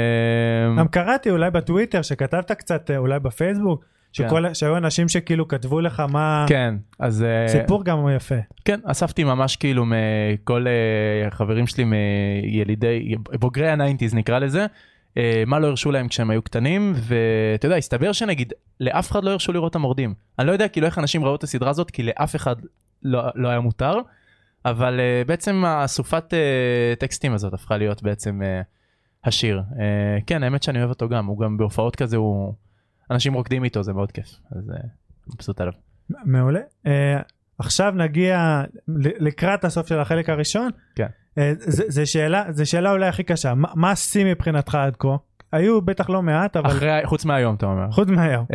גם קראתי אולי בטוויטר, שכתבת קצת אולי בפייסבוק, שהיו אנשים שכאילו כתבו לך מה... כן, אז... סיפור גם יפה. כן, אספתי ממש כאילו מכל חברים שלי, מילידי, בוגרי הניינטיז נקרא לזה, מה לא הרשו להם כשהם היו קטנים, ואתה יודע, הסתבר שנגיד, לאף אחד לא הרשו לראות את המורדים. אני לא יודע כאילו איך אנשים ראו את הסדרה הזאת, כי לאף אחד לא היה מותר, אבל בעצם הסופת טקסטים הזאת הפכה להיות בעצם השיר. כן, האמת שאני אוהב אותו גם, הוא גם בהופעות כזה, הוא... אנשים רוקדים איתו, זה מאוד כיף, אז מבסוט עליו. מעולה. עכשיו נגיע לקראת הסוף של החלק הראשון. כן. זה שאלה, זה שאלה אולי הכי קשה. מה עשי מבחינתך עד כה? היו בטח לא מעט, אבל... אחרי, חוץ מהיום, אתה אומר. חוץ מהיום.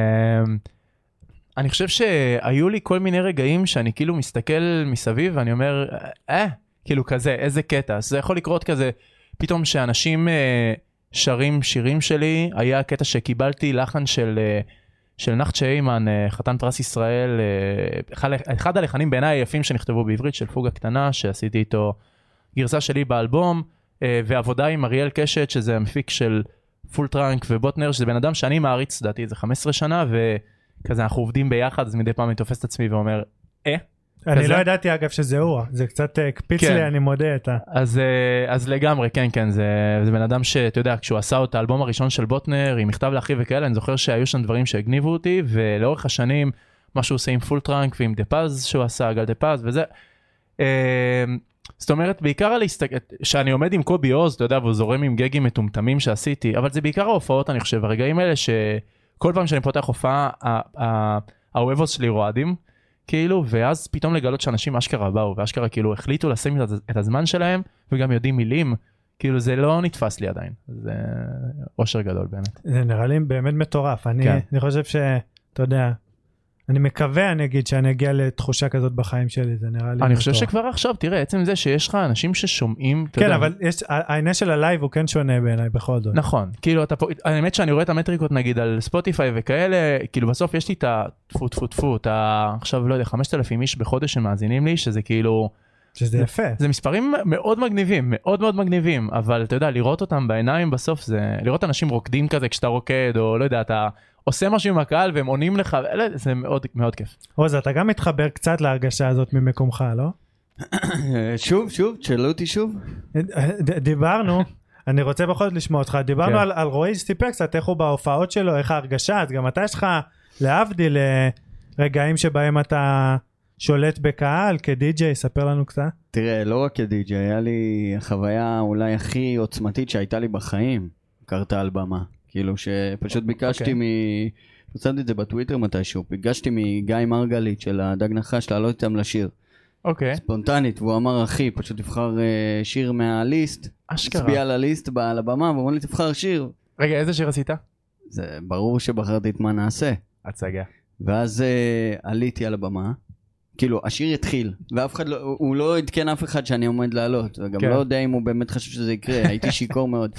אני חושב שהיו לי כל מיני רגעים שאני כאילו מסתכל מסביב, ואני אומר, אה, כאילו כזה, איזה קטע. אז זה יכול לקרות כזה, פתאום שאנשים... שרים שירים שלי, היה הקטע שקיבלתי לחן של, של נחצ'ה איימן, חתן פרס ישראל, אחד, אחד הלחנים בעיניי היפים שנכתבו בעברית, של פוגה קטנה, שעשיתי איתו גרסה שלי באלבום, ועבודה עם אריאל קשת, שזה המפיק של פול טראנק ובוטנר, שזה בן אדם שאני מעריץ, דעתי, זה חמש עשרה שנה, וכזה אנחנו עובדים ביחד, אז מדי פעם אני תופס את עצמי ואומר, אה? אני לא ידעתי אגב שזה הוא, זה קצת הקפיץ לי, אני מודה את ה... אז לגמרי, כן, כן, זה בן אדם שאתה יודע, כשהוא עשה את האלבום הראשון של בוטנר, עם מכתב לאחיו וכאלה, אני זוכר שהיו שם דברים שהגניבו אותי, ולאורך השנים, מה שהוא עושה עם פול טראנק ועם דה פאז שהוא עשה, גל דה פאז וזה, זאת אומרת, בעיקר על להסתכל, שאני עומד עם קובי עוז, אתה יודע, והוא זורם עם גגים מטומטמים שעשיתי, אבל זה בעיקר ההופעות, אני חושב, הרגעים האלה שכל פעם שאני פותח הופעה, הוובוס שלי רועדים, כאילו, ואז פתאום לגלות שאנשים אשכרה באו, ואשכרה כאילו החליטו לשים את הזמן שלהם, וגם יודעים מילים, כאילו זה לא נתפס לי עדיין, זה אושר גדול באמת. זה נראה לי באמת מטורף, אני, כן. אני חושב שאתה יודע, אני מקווה, אני אגיד, שאני אגיע לתחושה כזאת בחיים שלי, זה נראה לי מטורף. אני חושב שכבר עכשיו, תראה, עצם זה שיש לך אנשים ששומעים, כן, יודע, אבל יש, העניין של הלייב הוא כן שונה בעיניי בכל זאת. נכון, כאילו, אתה פה, האמת שאני רואה את המטריקות נגיד על ספוטיפיי וכאלה, כאילו בסוף יש לי את הטפו טפו טפו, את ה, עכשיו לא יודע, חמשת אלפים איש בחודש שמאזינים לי, שזה כאילו, שזה יפה. זה מספרים מאוד מגניבים, מאוד מאוד מגניבים, אבל אתה יודע, לראות אותם בעיניים בסוף, זה לראות אנשים רוקדים כזה כשאתה רוקד, או לא יודע, אתה עושה משהו עם הקהל והם עונים לך, זה מאוד, מאוד כיף. עוז, אתה גם מתחבר קצת להרגשה הזאת ממקומך, לא? שוב, שוב, תשאלו אותי שוב. דיברנו, אני רוצה בכל זאת לשמוע אותך, דיברנו על, על רועי שסיפר קצת איך הוא בהופעות שלו, איך ההרגשה, אז גם אתה יש לך להבדיל רגעים שבהם אתה שולט בקהל כדי-ג'יי, ספר לנו קצת. תראה, לא רק כדי-ג'יי, היה לי החוויה אולי הכי עוצמתית שהייתה לי בחיים, קרתה על במה. כאילו שפשוט ביקשתי מ... פרסמתי את זה בטוויטר מתישהו, ביקשתי מגיא מרגלית של הדג נחש לעלות איתם לשיר. אוקיי. ספונטנית, והוא אמר, אחי, פשוט תבחר שיר מהליסט. אשכרה. הצביע על הליסט על הבמה, והוא אמר לי, תבחר שיר. רגע, איזה שיר עשית? זה ברור שבחרתי את מה נעשה. הצגה. ואז עליתי על הבמה. כאילו, השיר התחיל, ואף אחד לא, הוא לא עדכן אף אחד שאני עומד לעלות, וגם לא יודע אם הוא באמת חשב שזה יקרה, הייתי שיקור מאוד.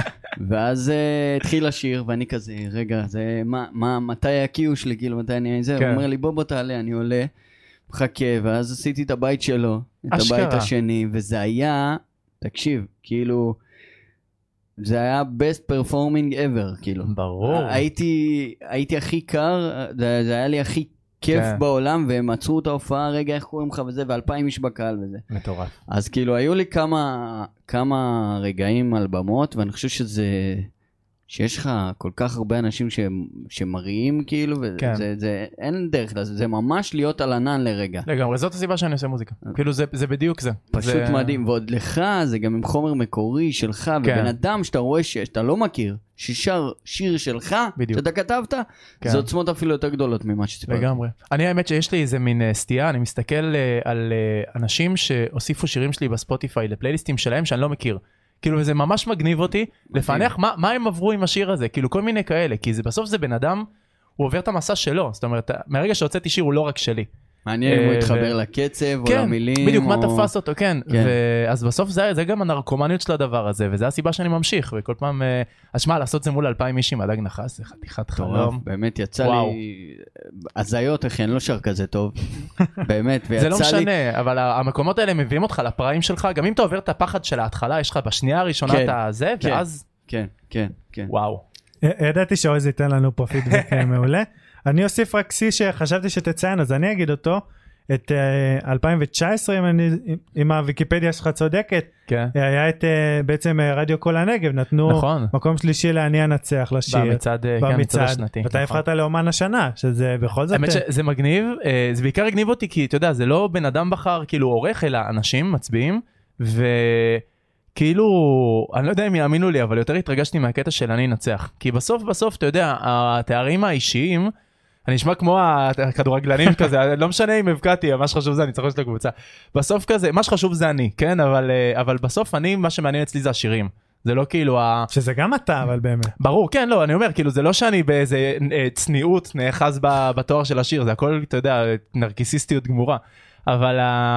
ואז התחיל השיר, ואני כזה, רגע, זה, מה, מה, מתי הקיו שלי, כאילו, מתי אני איזה, הוא אומר לי, בוא בוא תעלה, אני עולה, מחכה, ואז עשיתי את הבית שלו, את הבית השני, וזה היה, תקשיב, כאילו, זה היה best performing ever, כאילו. ברור. הייתי, הייתי הכי קר, זה היה לי הכי כיף בעולם, והם עצרו את ההופעה, רגע, איך קוראים לך וזה, ואלפיים איש בקהל וזה. מטורף. אז כאילו, היו לי כמה, כמה רגעים על במות, ואני חושב שזה, שיש לך כל כך הרבה אנשים שמראים, כאילו, וזה, זה, אין דרך, זה ממש להיות על ענן לרגע. לגמרי, זאת הסיבה שאני עושה מוזיקה. כאילו, זה, זה בדיוק זה. פשוט מדהים, ועוד לך, זה גם עם חומר מקורי שלך, ובן אדם שאתה רואה שאתה לא מכיר, ששר שיר שלך, שאתה כתבת, זה עוצמות אפילו יותר גדולות ממה שסיפרת. לגמרי. אני האמת שיש לי איזה מין סטייה, אני מסתכל על אנשים שהוסיפו שירים שלי בספוטיפיי, לפלייליסטים שלהם שאני לא מכיר. כאילו זה ממש מגניב אותי, לפענח מה, מה הם עברו עם השיר הזה, כאילו כל מיני כאלה, כי זה, בסוף זה בן אדם, הוא עובר את המסע שלו, זאת אומרת, מהרגע שהוצאתי שיר הוא לא רק שלי. מעניין אם הוא יתחבר לקצב או למילים. כן, בדיוק, מה תפס אותו, כן. אז בסוף זה גם הנרקומניות של הדבר הזה, וזה הסיבה שאני ממשיך, וכל פעם, אז שמה, לעשות זה מול אלפיים איש עם הדג נחש, זה חתיכת חלום. באמת, יצא לי הזיות, אחי, אני לא שר כזה טוב. באמת, ויצא לי... זה לא משנה, אבל המקומות האלה מביאים אותך לפריים שלך, גם אם אתה עובר את הפחד של ההתחלה, יש לך בשנייה הראשונה את הזה, ואז... כן, כן, כן. וואו. ידעתי שעוז ייתן לנו פה פידבק מעולה. אני אוסיף רק סי שחשבתי שתציין, אז אני אגיד אותו, את uh, אלפיים תשע עשרה, אם, אני, אם הוויקיפדיה שלך צודקת, כן. היה את uh, בעצם uh, רדיו כל הנגב, נתנו נכון. מקום שלישי לעני הנצח לשיר. במצד, במצד, כן, מצד השנתי. ואתה נכון. הבחרת לאומן השנה, שזה בכל זאת... האמת שזה מגניב, זה בעיקר הגניב אותי, כי אתה יודע, זה לא בן אדם בחר כאילו עורך, אלא אנשים מצביעים, ו... כאילו, אני לא יודע אם יאמינו לי, אבל יותר התרגשתי מהקטע של אני נצח. כי בסוף, בסוף, אתה יודע, התארים האישיים, אני נשמע כמו הכדורגלנים כזה, לא משנה אם הבקעתי, מה שחשוב זה הניצחון של הקבוצה. בסוף כזה, מה שחשוב זה אני, כן? אבל, אבל בסוף אני, מה שמעניין אצלי זה השירים. זה לא כאילו ה... שזה גם אתה, אבל באמת. ברור, כן, לא, אני אומר, כאילו, זה לא שאני באיזה צניעות נאחז בתואר של השיר, זה הכל, אתה יודע, נרקיסיסטיות גמורה. אבל,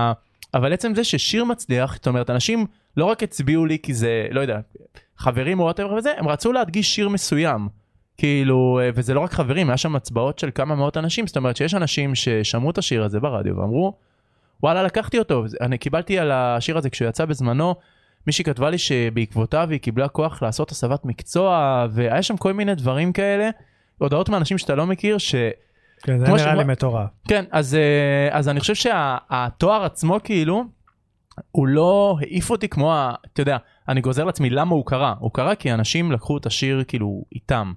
אבל עצם זה ששיר מצליח, זאת אומרת, אנשים לא רק הצביעו לי כי זה, לא יודע, חברים או יותר וזה, הם רצו להדגיש שיר מסוים. כאילו, וזה לא רק חברים, היה שם הצבעות של כמה מאות אנשים, זאת אומרת שיש אנשים ששמעו את השיר הזה ברדיו ואמרו, וואלה, לקחתי אותו. אני קיבלתי על השיר הזה כשהוא יצא בזמנו, מישהי כתבה לי שבעקבותיו היא קיבלה כוח לעשות הסבת מקצוע, והיה שם כל מיני דברים כאלה, הודעות מאנשים שאתה לא מכיר, ש... כן, זה נראה לי מטורף. כן, אז, אז אני חושב שהתואר עצמו כאילו, הוא לא העיף אותי כמו, אתה יודע, אני גוזר לעצמי למה הוא קרה. הוא קרה כי אנשים לקחו את השיר כאילו איתם.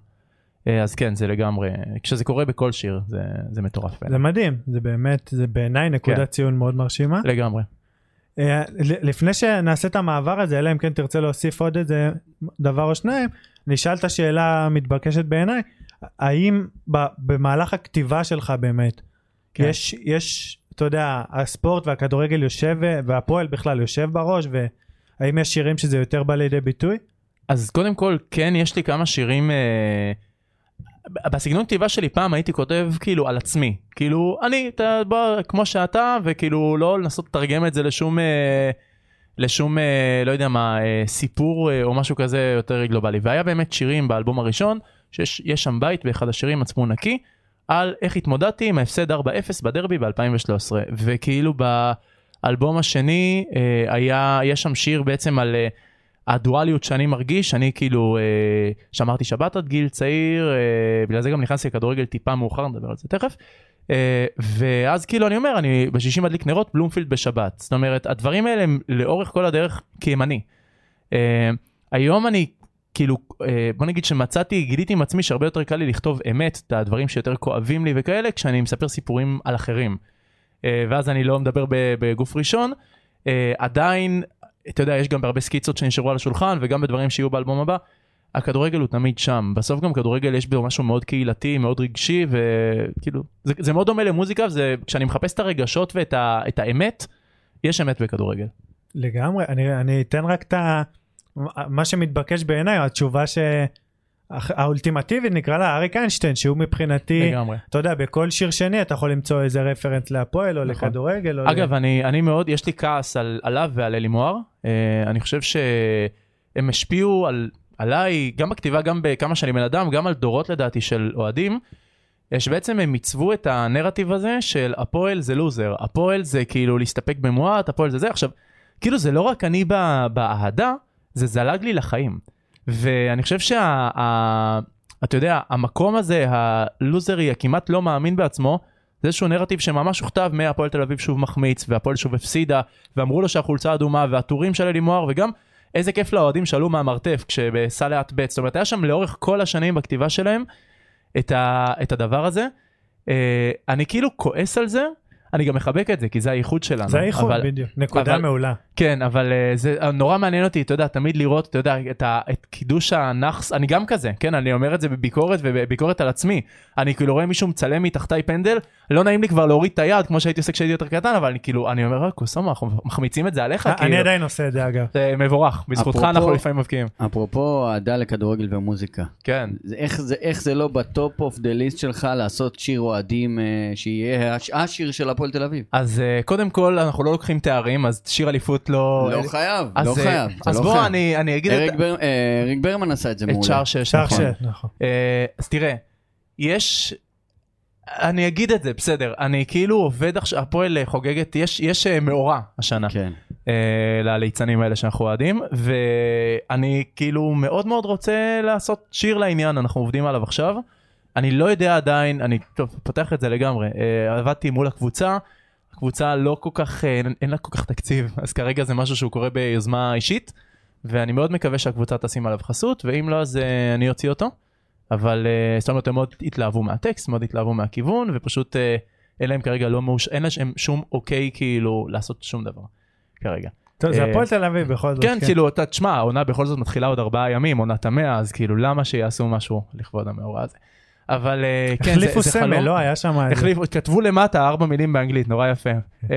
אז כן, זה לגמרי, כשזה קורה בכל שיר, זה, זה מטורף. זה מדהים, זה באמת, זה בעיניי נקודת כן. ציון מאוד מרשימה. לגמרי. לפני שנעשה את המעבר הזה, אלא אם כן תרצה להוסיף עוד איזה דבר או שניים, נשאל את השאלה המתבקשת בעיניי, האם במהלך הכתיבה שלך באמת, יש, יש, אתה יודע, הספורט והכדורגל יושב, והפועל בכלל יושב בראש, והאם יש שירים שזה יותר בא לידי ביטוי? אז קודם כל, כן, יש לי כמה שירים, אה, בסגנון כתיבה שלי פעם הייתי כותב כאילו על עצמי, כאילו אני, אתה, בוא, כמו שאתה, וכאילו לא לנסות לתרגם את זה לשום, אה, לשום, אה, לא יודע מה, אה, סיפור אה, או משהו כזה יותר גלובלי, והיה באמת שירים באלבום הראשון, שיש יש שם בית באחד השירים עצמו נקי, על איך התמודדתי עם ההפסד ארבע אפס בדרבי ב-אלפיים ושלוש עשרה, וכאילו באלבום השני אה, היה, יש שם שיר בעצם על אה, הדואליות שאני מרגיש, אני כאילו אה, שמרתי שבת עד גיל צעיר, אה, בגלל זה גם נכנסתי לכדורגל טיפה מאוחר, נדבר על זה תכף, אה, ואז כאילו אני אומר, אני בשישי מדליק נרות, בלומפילד בשבת, זאת אומרת, הדברים האלה הם לאורך כל הדרך כימני. אה, היום אני כאילו, בוא נגיד שמצאתי, גיליתי עם עצמי שהרבה יותר קל לי לכתוב אמת, את הדברים שיותר כואבים לי וכאלה, כשאני מספר סיפורים על אחרים. ואז אני לא מדבר בגוף ראשון. עדיין, אתה יודע, יש גם הרבה סקיצות שנשארו על השולחן, וגם בדברים שיהיו באלבום הבא, הכדורגל הוא תמיד שם. בסוף גם כדורגל יש בו משהו מאוד קהילתי, מאוד רגשי, וכאילו, זה, זה מאוד דומה למוזיקה, וזה, כשאני מחפש את הרגשות ואת ה, את האמת, יש אמת בכדורגל. לגמרי, אני, אני אתן רק את ה... מה שמתבקש בעיניי, התשובה שהאולטימטיבית נקרא לה אריק איינשטיין, שהוא מבחינתי, לגמרי. אתה יודע, בכל שיר שני אתה יכול למצוא איזה רפרנס להפועל או נכון. לכדורגל. או אגב, ל... אני, אני מאוד, יש לי כעס על, עליו ועל אלי מוהר, uh, אני חושב שהם השפיעו על, עליי, גם בכתיבה, גם בכמה שנים בן אדם, גם על דורות לדעתי של אוהדים, שבעצם הם מצוו את הנרטיב הזה של הפועל זה לוזר, הפועל זה כאילו להסתפק במועט, הפועל זה זה, עכשיו, כאילו זה לא רק אני באהדה, זה זלג לי לחיים, ואני חושב שה, ה, אתה יודע, המקום הזה, הלוזרי, הכמעט לא מאמין בעצמו, זה איזשהו נרטיב שממש הוכתב מהפועל תל אביב שוב מחמיץ, והפועל שוב הפסידה, ואמרו לו שהחולצה אדומה, והטורים של אלי מוהר, וגם איזה כיף לאוהדים שעלו מהמרתף, כשבסלעת ב', זאת אומרת, היה שם לאורך כל השנים בכתיבה שלהם, את, ה, את הדבר הזה, אני כאילו כועס על זה, אני גם מחבק את זה, כי זה הייחוד שלנו. זה הייחוד, אבל, בדיוק. נקודה אבל, מעולה. כן, אבל זה נורא מעניין אותי, אתה יודע, תמיד לראות, אתה יודע, את, ה, את קידוש הנחס, אני גם כזה, כן, אני אומר את זה בביקורת ובביקורת על עצמי. אני כאילו רואה מישהו מצלם מתחתיי פנדל, לא נעים לי כבר להוריד את היד, כמו שהייתי עושה כשהייתי יותר קטן, אבל אני כאילו, אני אומר, קוסומה, אנחנו מחמיצים את זה עליך. אני כאילו, עדיין עושה את זה, אגב. זה מבורך, בזכותך אנחנו לפעמים מבקיעים. אפרופו אהדה לכדורגל ומוזיקה. כן. איך זה, איך זה לא בטופ אוף דה ליסט שלך לעשות שיר אוהדים שיהיה השיר של הפועל תל אביב? אז קודם כל אנחנו לא לוקחים תארים, אז שיר אליפות לא... לא חייב, לא אז, חייב. אז בוא אני, אני אגיד... אריק, בר, אריק ברמן עשה את זה מעולה. את שער שש, שער נכון. שש, נכון. אז תראה, יש... אני אגיד את זה, בסדר. אני כאילו עובד עכשיו, הפועל חוגגת, יש, יש מאורע השנה. כן. לליצנים האלה שאנחנו אוהדים, ואני כאילו מאוד מאוד רוצה לעשות שיר לעניין, אנחנו עובדים עליו עכשיו. אני לא יודע עדיין, אני טוב, פותח את זה לגמרי. עבדתי מול הקבוצה, הקבוצה לא כל כך, אין, אין לה כל כך תקציב, אז כרגע זה משהו שהוא קורה ביוזמה אישית, ואני מאוד מקווה שהקבוצה תשים עליו חסות, ואם לא, אז אני אוציא אותו. אבל זאת אומרת, הם מאוד התלהבו מהטקסט, מאוד התלהבו מהכיוון, ופשוט אין להם כרגע לא מאוש... אין להם שום אוקיי כאילו לעשות שום דבר כרגע. טוב, זה הפועל תל אביב בכל זאת. כן, כאילו, אתה תשמע, העונה בכל זאת מתחילה עוד ארבעה ימים, עונת המאה, אז כאילו, למה שיעשו משהו לכבוד המאורע הזה? אבל כן, זה, החליפו זה סמל, חלום. לא היה שם... החליפו, כתבו למטה ארבע מילים באנגלית, נורא יפה.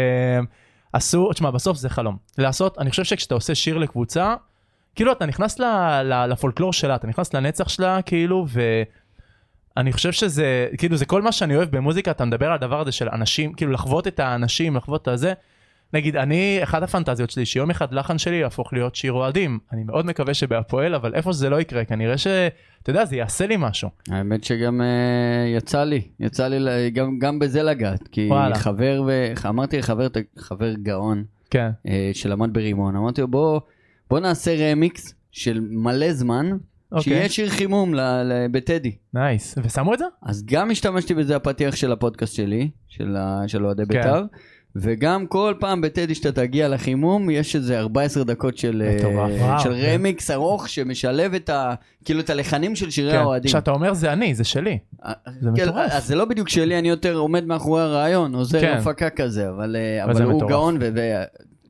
עשו, תשמע, בסוף זה חלום. לעשות, אני חושב שכשאתה עושה שיר לקבוצה, כאילו אתה נכנס ל, ל, לפולקלור שלה, אתה נכנס לנצח שלה, כאילו, ואני חושב שזה, כאילו, זה כל מה שאני אוהב במוזיקה, אתה מדבר על הדבר הזה של אנשים, כאילו, לחוות את האנשים, לחוות את הזה. נגיד, אני, אחת הפנטזיות שלי, שיום אחד לחן שלי יהפוך להיות שיר אוהדים. אני מאוד מקווה שבהפועל, אבל איפה שזה לא יקרה, כנראה ש, אתה יודע, זה יעשה לי משהו. האמת שגם uh, יצא לי, יצא לי גם, גם בזה לגעת, כי וואלה. חבר, ו... אמרתי לחבר, חבר גאון, כן. uh, שלמד ברימון, אמרתי לו, בוא, בוא נעשה רמיקס של מלא זמן, okay. שיהיה שיר חימום בטדי. נייס, ושמו את זה? אז גם השתמשתי בזה הפתיח של הפודקאסט שלי, של, ה... של אוהדי כן. בית"ר, וגם כל פעם בטדי שאתה תגיע לחימום, יש איזה ארבע עשרה דקות של, uh, של רמיקס ארוך, שמשלב את ה... כאילו את הלחנים של שירי האוהדים. כשאתה אומר זה אני, זה שלי. זה מטורף. אז זה לא בדיוק שלי, אני יותר עומד מאחורי הרעיון, עוזר הפקה כזה, אבל הוא גאון,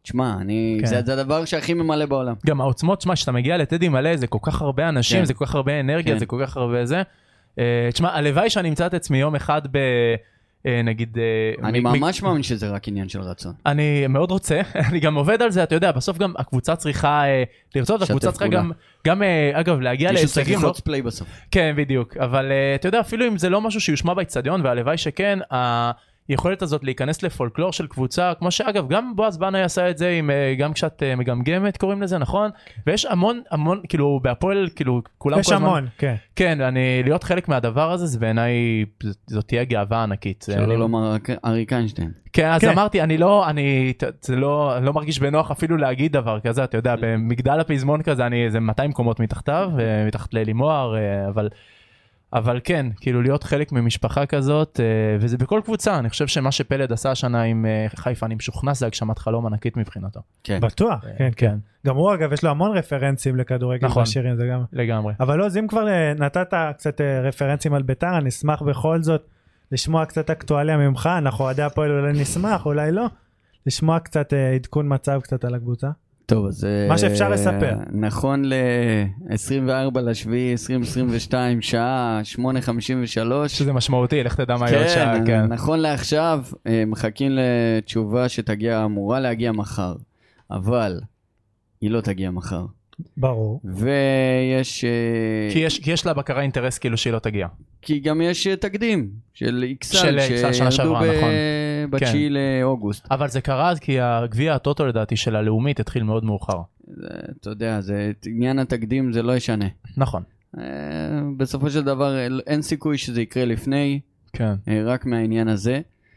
תשמע, אני, כן. זה, זה הדבר שהכי ממלא בעולם. גם העוצמות, תשמע, שאתה מגיע לטדי מלא, זה כל כך הרבה אנשים, כן. זה כל כך הרבה אנרגיה, כן. זה כל כך הרבה זה. אה, תשמע, הלוואי שאני אמצא את עצמי יום אחד ב... אה, נגיד... אה, אני מ- ממש מאמין שזה רק עניין של רצון. אני מאוד רוצה, אני גם עובד על זה, אתה יודע, בסוף גם הקבוצה צריכה אה, לרצות, הקבוצה צריכה פעולה. גם, גם אה, אגב, להגיע מישהו צריך להישגים, לא? לחוץ פליי בסוף. כן, בדיוק, אבל אה, אתה יודע, אפילו אם זה לא משהו שיושמע באצטדיון, והלוואי שכן, היכולת הזאת להיכנס לפולקלור של קבוצה, כמו שאגב, גם בועז בנאי עשה את זה, עם, אה, גם כשאת אה, מגמגמת, קוראים לזה, נכון? ויש המון, המון, כאילו, בהפועל, כאילו, כולם יש כל הזמן... המון, כן. כן, אני, להיות חלק מהדבר הזה, זה בעיניי, זאת תהיה גאווה ענקית. שלא אני- לומר אריק איינשטיין. כן, אז כן. אמרתי, אני לא, אני, זה לא, לא מרגיש בנוח אפילו להגיד דבר כזה, אתה יודע, במגדל הפזמון כזה, אני, זה מאתיים קומות מתחתיו, מתחת לאלי מוהר, אבל, אבל כן, כאילו להיות חלק ממשפחה כזאת, וזה בכל קבוצה, אני חושב שמה שפלד עשה השנה עם חיפה, אני משוכנע, זה הגשמת חלום ענקית מבחינתו. כן. בטוח, כן, כן. כן, גם הוא אגב, יש לו המון רפרנסים לכדורגל נכון. בשירים, זה גם... לגמרי. אבל לא, אז אם כבר אה, נתת קצת אה, רפרנסים על ביתר, אני אשמח בכל זאת לשמוע קצת אקטואליה ממך, אנחנו עדי הפועל אולי נשמח, אולי לא, לשמוע קצת אה, עדכון מצב קצת על הקבוצה. טוב, אז... מה שאפשר לספר. נכון ל-עשרים וארבעה לשביעי עשרים עשרים ושתיים, שעה שמונה חמישים ושלוש. שזה משמעותי, לך תדע מה יהיה עוד שעה, כן, כן. נכון לעכשיו, אה, מחכים לתשובה שתגיע, אמורה להגיע מחר, אבל היא לא תגיע מחר. ברור. ויש... אה, כי יש, כי יש לה בקרה אינטרס כאילו שהיא לא תגיע. כי גם יש אה, תקדים של איקסל, של איקסל שנה שעברה, נכון. בתשיעי לאוגוסט. אבל זה קרה אז כי הגביע הטוטו לדעתי של הלאומית התחיל מאוד מאוחר. זה, אתה יודע, זה, עניין התקדים זה לא ישנה. נכון. אה, בסופו של דבר אין סיכוי שזה יקרה לפני, כן. אה, רק מהעניין הזה.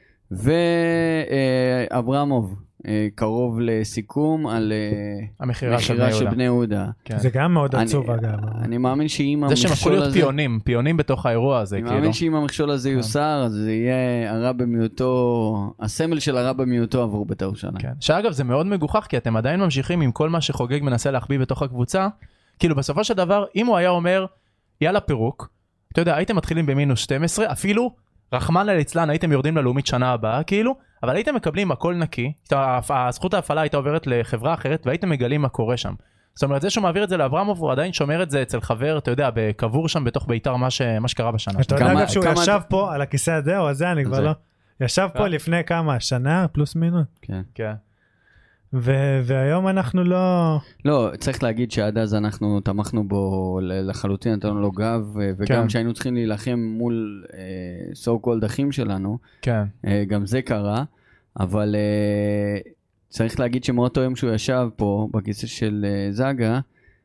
ואברמוב קרוב לסיכום על אה, המחירה של מחירה בני של יהודה. בני יהודה. כן. זה גם מאוד אני- עצוב אגב. אני מאמין שאם זה שהם הפכו המכשול להיות הזה... פיונים, פיונים בתוך האירוע הזה, אני כאילו. מאמין שאם המכשול הזה יוסר, אז זה יהיה הרע במיעוטו, הסמל של הרע במיעוטו עבור בית"ר ירושלים. כן. שאגב זה מאוד מגוחך, כי אתם עדיין ממשיכים עם כל מה שחוגג מנסה להחביא בתוך הקבוצה. כאילו בסופו של דבר, אם הוא היה אומר, יאללה פירוק, אתה יודע, הייתם מתחילים במינוס שתים עשרה, אפילו רחמן ליצלן הייתם יורדים ללאומית שנה הבאה, כאילו, אבל הייתם מקבלים הכל נקי, הזכות ההפעלה הייתה עוברת לחברה אחרת, והייתם מגלים מה קורה שם. זאת אומרת, זה שהוא מעביר את זה לאברמוב, הוא עדיין שומר את זה אצל חבר, אתה יודע, בקבור שם בתוך בית"ר, מה, ש... מה שקרה בשנה. אתה יודע כמה- אגב שהוא כמה- ישב פה על הכיסא הזה או הזה, אני כבר זה. לא... ישב פה לפני כמה, שנה פלוס מינוס, כן. כן. ו- והיום אנחנו לא... לא, צריך להגיד שעד אז אנחנו תמכנו בו ל- לחלוטין, נתנו לו גב, ו- וגם כן. כשהיינו צריכים להילחם מול סו קולד אחים שלנו, כן. אה, גם זה קרה, אבל אה, צריך להגיד שמאותו יום שהוא ישב פה בכיסא של אה, זאגה,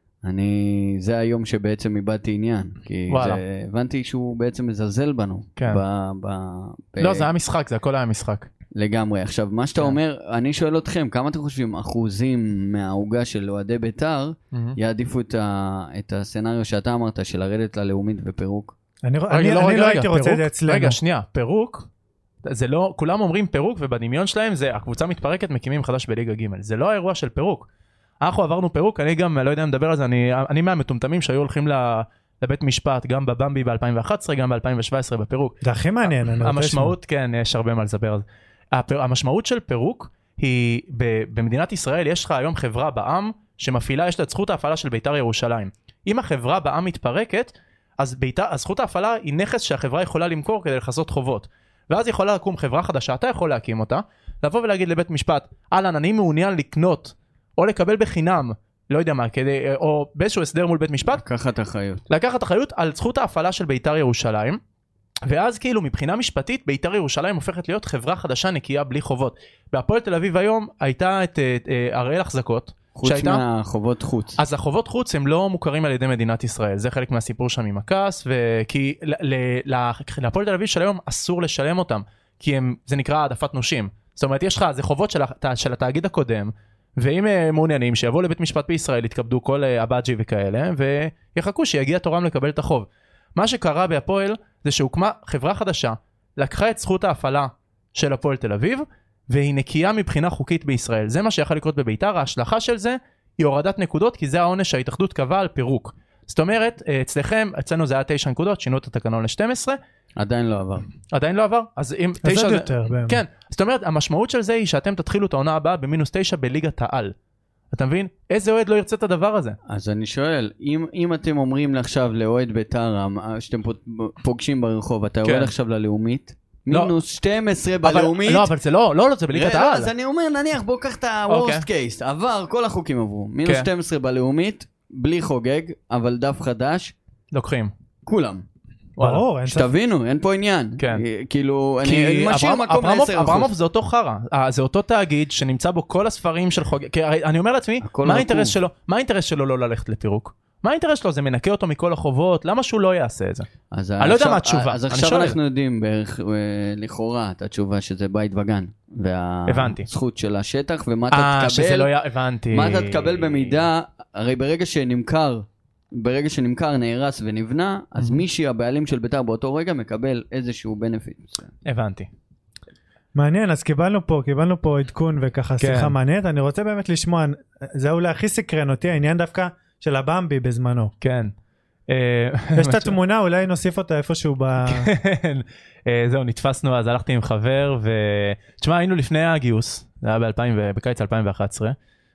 אני, זה היום שבעצם איבדתי עניין, כי וואלה. זה, הבנתי שהוא בעצם מזלזל בנו. כן. ב, ב, ב, לא, זה היה משחק, זה הכל היה משחק. לגמרי. עכשיו, מה שאתה כן. אומר, אני שואל אתכם, כמה אתם חושבים אחוזים מהעוגה של אוהדי בית"ר יעדיפו את, ה, את הסצנריו שאתה אמרת, של לרדת ללאומית ופירוק? אני רגע, אני- לא, אני רגע, לא רגע, הייתי רוצה את פירוק? זה אצלנו. רגע, שנייה, פירוק, זה לא, כולם אומרים פירוק, ובדמיון שלהם זה, הקבוצה מתפרקת, מקימים חדש בליגה ג'. זה לא האירוע של פירוק. אנחנו עברנו פירוק, אני גם, לא יודע אם לדבר על זה, אני, אני מהמטומטמים שהיו הולכים ל, לבית משפט, גם בבמבי ב-אלפיים ואחת עשרה, גם ב-אלפיים שבע עשרה בפירוק. זה הכי מעניין, אני רוצה המשמעות, כן, יש הרבה מה לדבר על זה. הפר, המשמעות של פירוק היא, ב, במדינת ישראל יש לך היום חברה בעם, שמפעילה, יש לה את זכות ההפעלה של בית"ר ירושלים. אם החברה בעם מתפרקת, אז, ביתר, אז זכות ההפעלה היא נכס שהחברה יכולה למכור כדי לחסות חובות. ואז יכולה לקום חברה חדשה, אתה יכול להקים אותה, לבוא ולהגיד לבית משפט, אהלן, אני מעוניין לקנות, או לקבל בחינם, לא יודע מה, כדי, או באיזשהו הסדר מול בית משפט, לקחת אחריות. לקחת אחריות על זכות ההפעלה של בית"ר ירושלים, ואז כאילו מבחינה משפטית, בית"ר ירושלים הופכת להיות חברה חדשה נקייה בלי חובות. בהפועל תל אביב היום הייתה את הראל החזקות, חוץ שהייתה... מהחובות חוץ. אז החובות חוץ הם לא מוכרים על ידי מדינת ישראל, זה חלק מהסיפור שם עם הכעס, וכי להפועל תל אביב של היום אסור לשלם אותם, כי הם, זה נקרא העדפת נושים. זאת אומרת, יש לך, זה חובות של, של התאגיד הקודם, ואם מעוניינים שיבואו לבית משפט בישראל, יתכבדו כל הבאג'י וכאלה, ויחכו שיגיע תורם לקבל את החוב. מה שקרה בהפועל, זה שהוקמה חברה חדשה, לקחה את זכות ההפעלה של הפועל תל אביב, והיא נקייה מבחינה חוקית בישראל. זה מה שיכול לקרות בביתר, ההשלכה של זה היא הורדת נקודות, כי זה העונש שההתאחדות קבעה על פירוק. זאת אומרת, אצלכם, אצלנו זה היה תשע נקודות, שינו את התקנון ל-שתים עשרה. עדיין לא עבר. עדיין לא עבר? אז אם אז תשע... עוד יותר, באמת. כן, זאת אומרת, המשמעות של זה היא שאתם תתחילו את העונה הבאה במינוס תשע בליגת העל. אתה מבין? איזה אוהד לא ירצה את הדבר הזה? אז אני שואל, אם, אם אתם אומרים עכשיו לאוהד ביתר, שאתם פוגשים ברחוב, אתה כן. אוהד עכשיו ללאומית, לא. מינוס שתים עשרה אבל, בלאומית. לא, אבל זה לא, לא, לא, זה בליגת העל. אז אני אומר, נניח, בוא קח את ה-worst case, עבר, כל החוקים עברו, מינוס כן. שתים עשרה בלאומית, בלי חוגג, אבל דף חדש, לוקחים. כולם. ברור, אין ספק. שתבינו, אין פה עניין. כן. כאילו, כי אני משאיר אברהם- מקום אברמוב- ל-עשרה אברמוב אחוז. זה אותו חרא, אה, זה אותו תאגיד שנמצא בו כל הספרים של חוגג, כי הרי אני אומר לעצמי, הכל מה רקוב. האינטרס שלו, מה האינטרס שלו לא ללכת לפירוק? מה האינטרס שלו? זה מנקה אותו מכל החובות, למה שהוא לא יעשה את זה? אז אני לא יודע עכשיו- מה התשובה, אז אני עכשיו שואל. אנחנו יודעים בערך, אה, לכאורה, את התשובה שזה בית וגן. הבנתי. והזכות של השטח, ומה אתה אה, שזה לא תקבל, היה, הבנתי. מה אתה תקבל במידה, הרי ברגע שנמכר, ברגע שנמכר, נהרס ונבנה, אז מישהי, הבעלים של ביתר באותו רגע, מקבל איזשהו בנפיט. הבנתי. מעניין, אז קיבלנו פה, קיבלנו פה עדכון וככה כן. שיחה מעניינת, אני רוצה באמת לשמוע, זה אולי הכי סקרן אותי, העניין דווקא של הבמבי בזמנו. כן. אה, יש את התמונה, אולי נוסיף אותה איפשהו ב... כן. אה, זהו, נתפסנו, אז הלכתי עם חבר, ו... תשמע, היינו לפני הגיוס, זה היה ב-אלפיים ו- בקיץ אלפיים ואחת עשרה,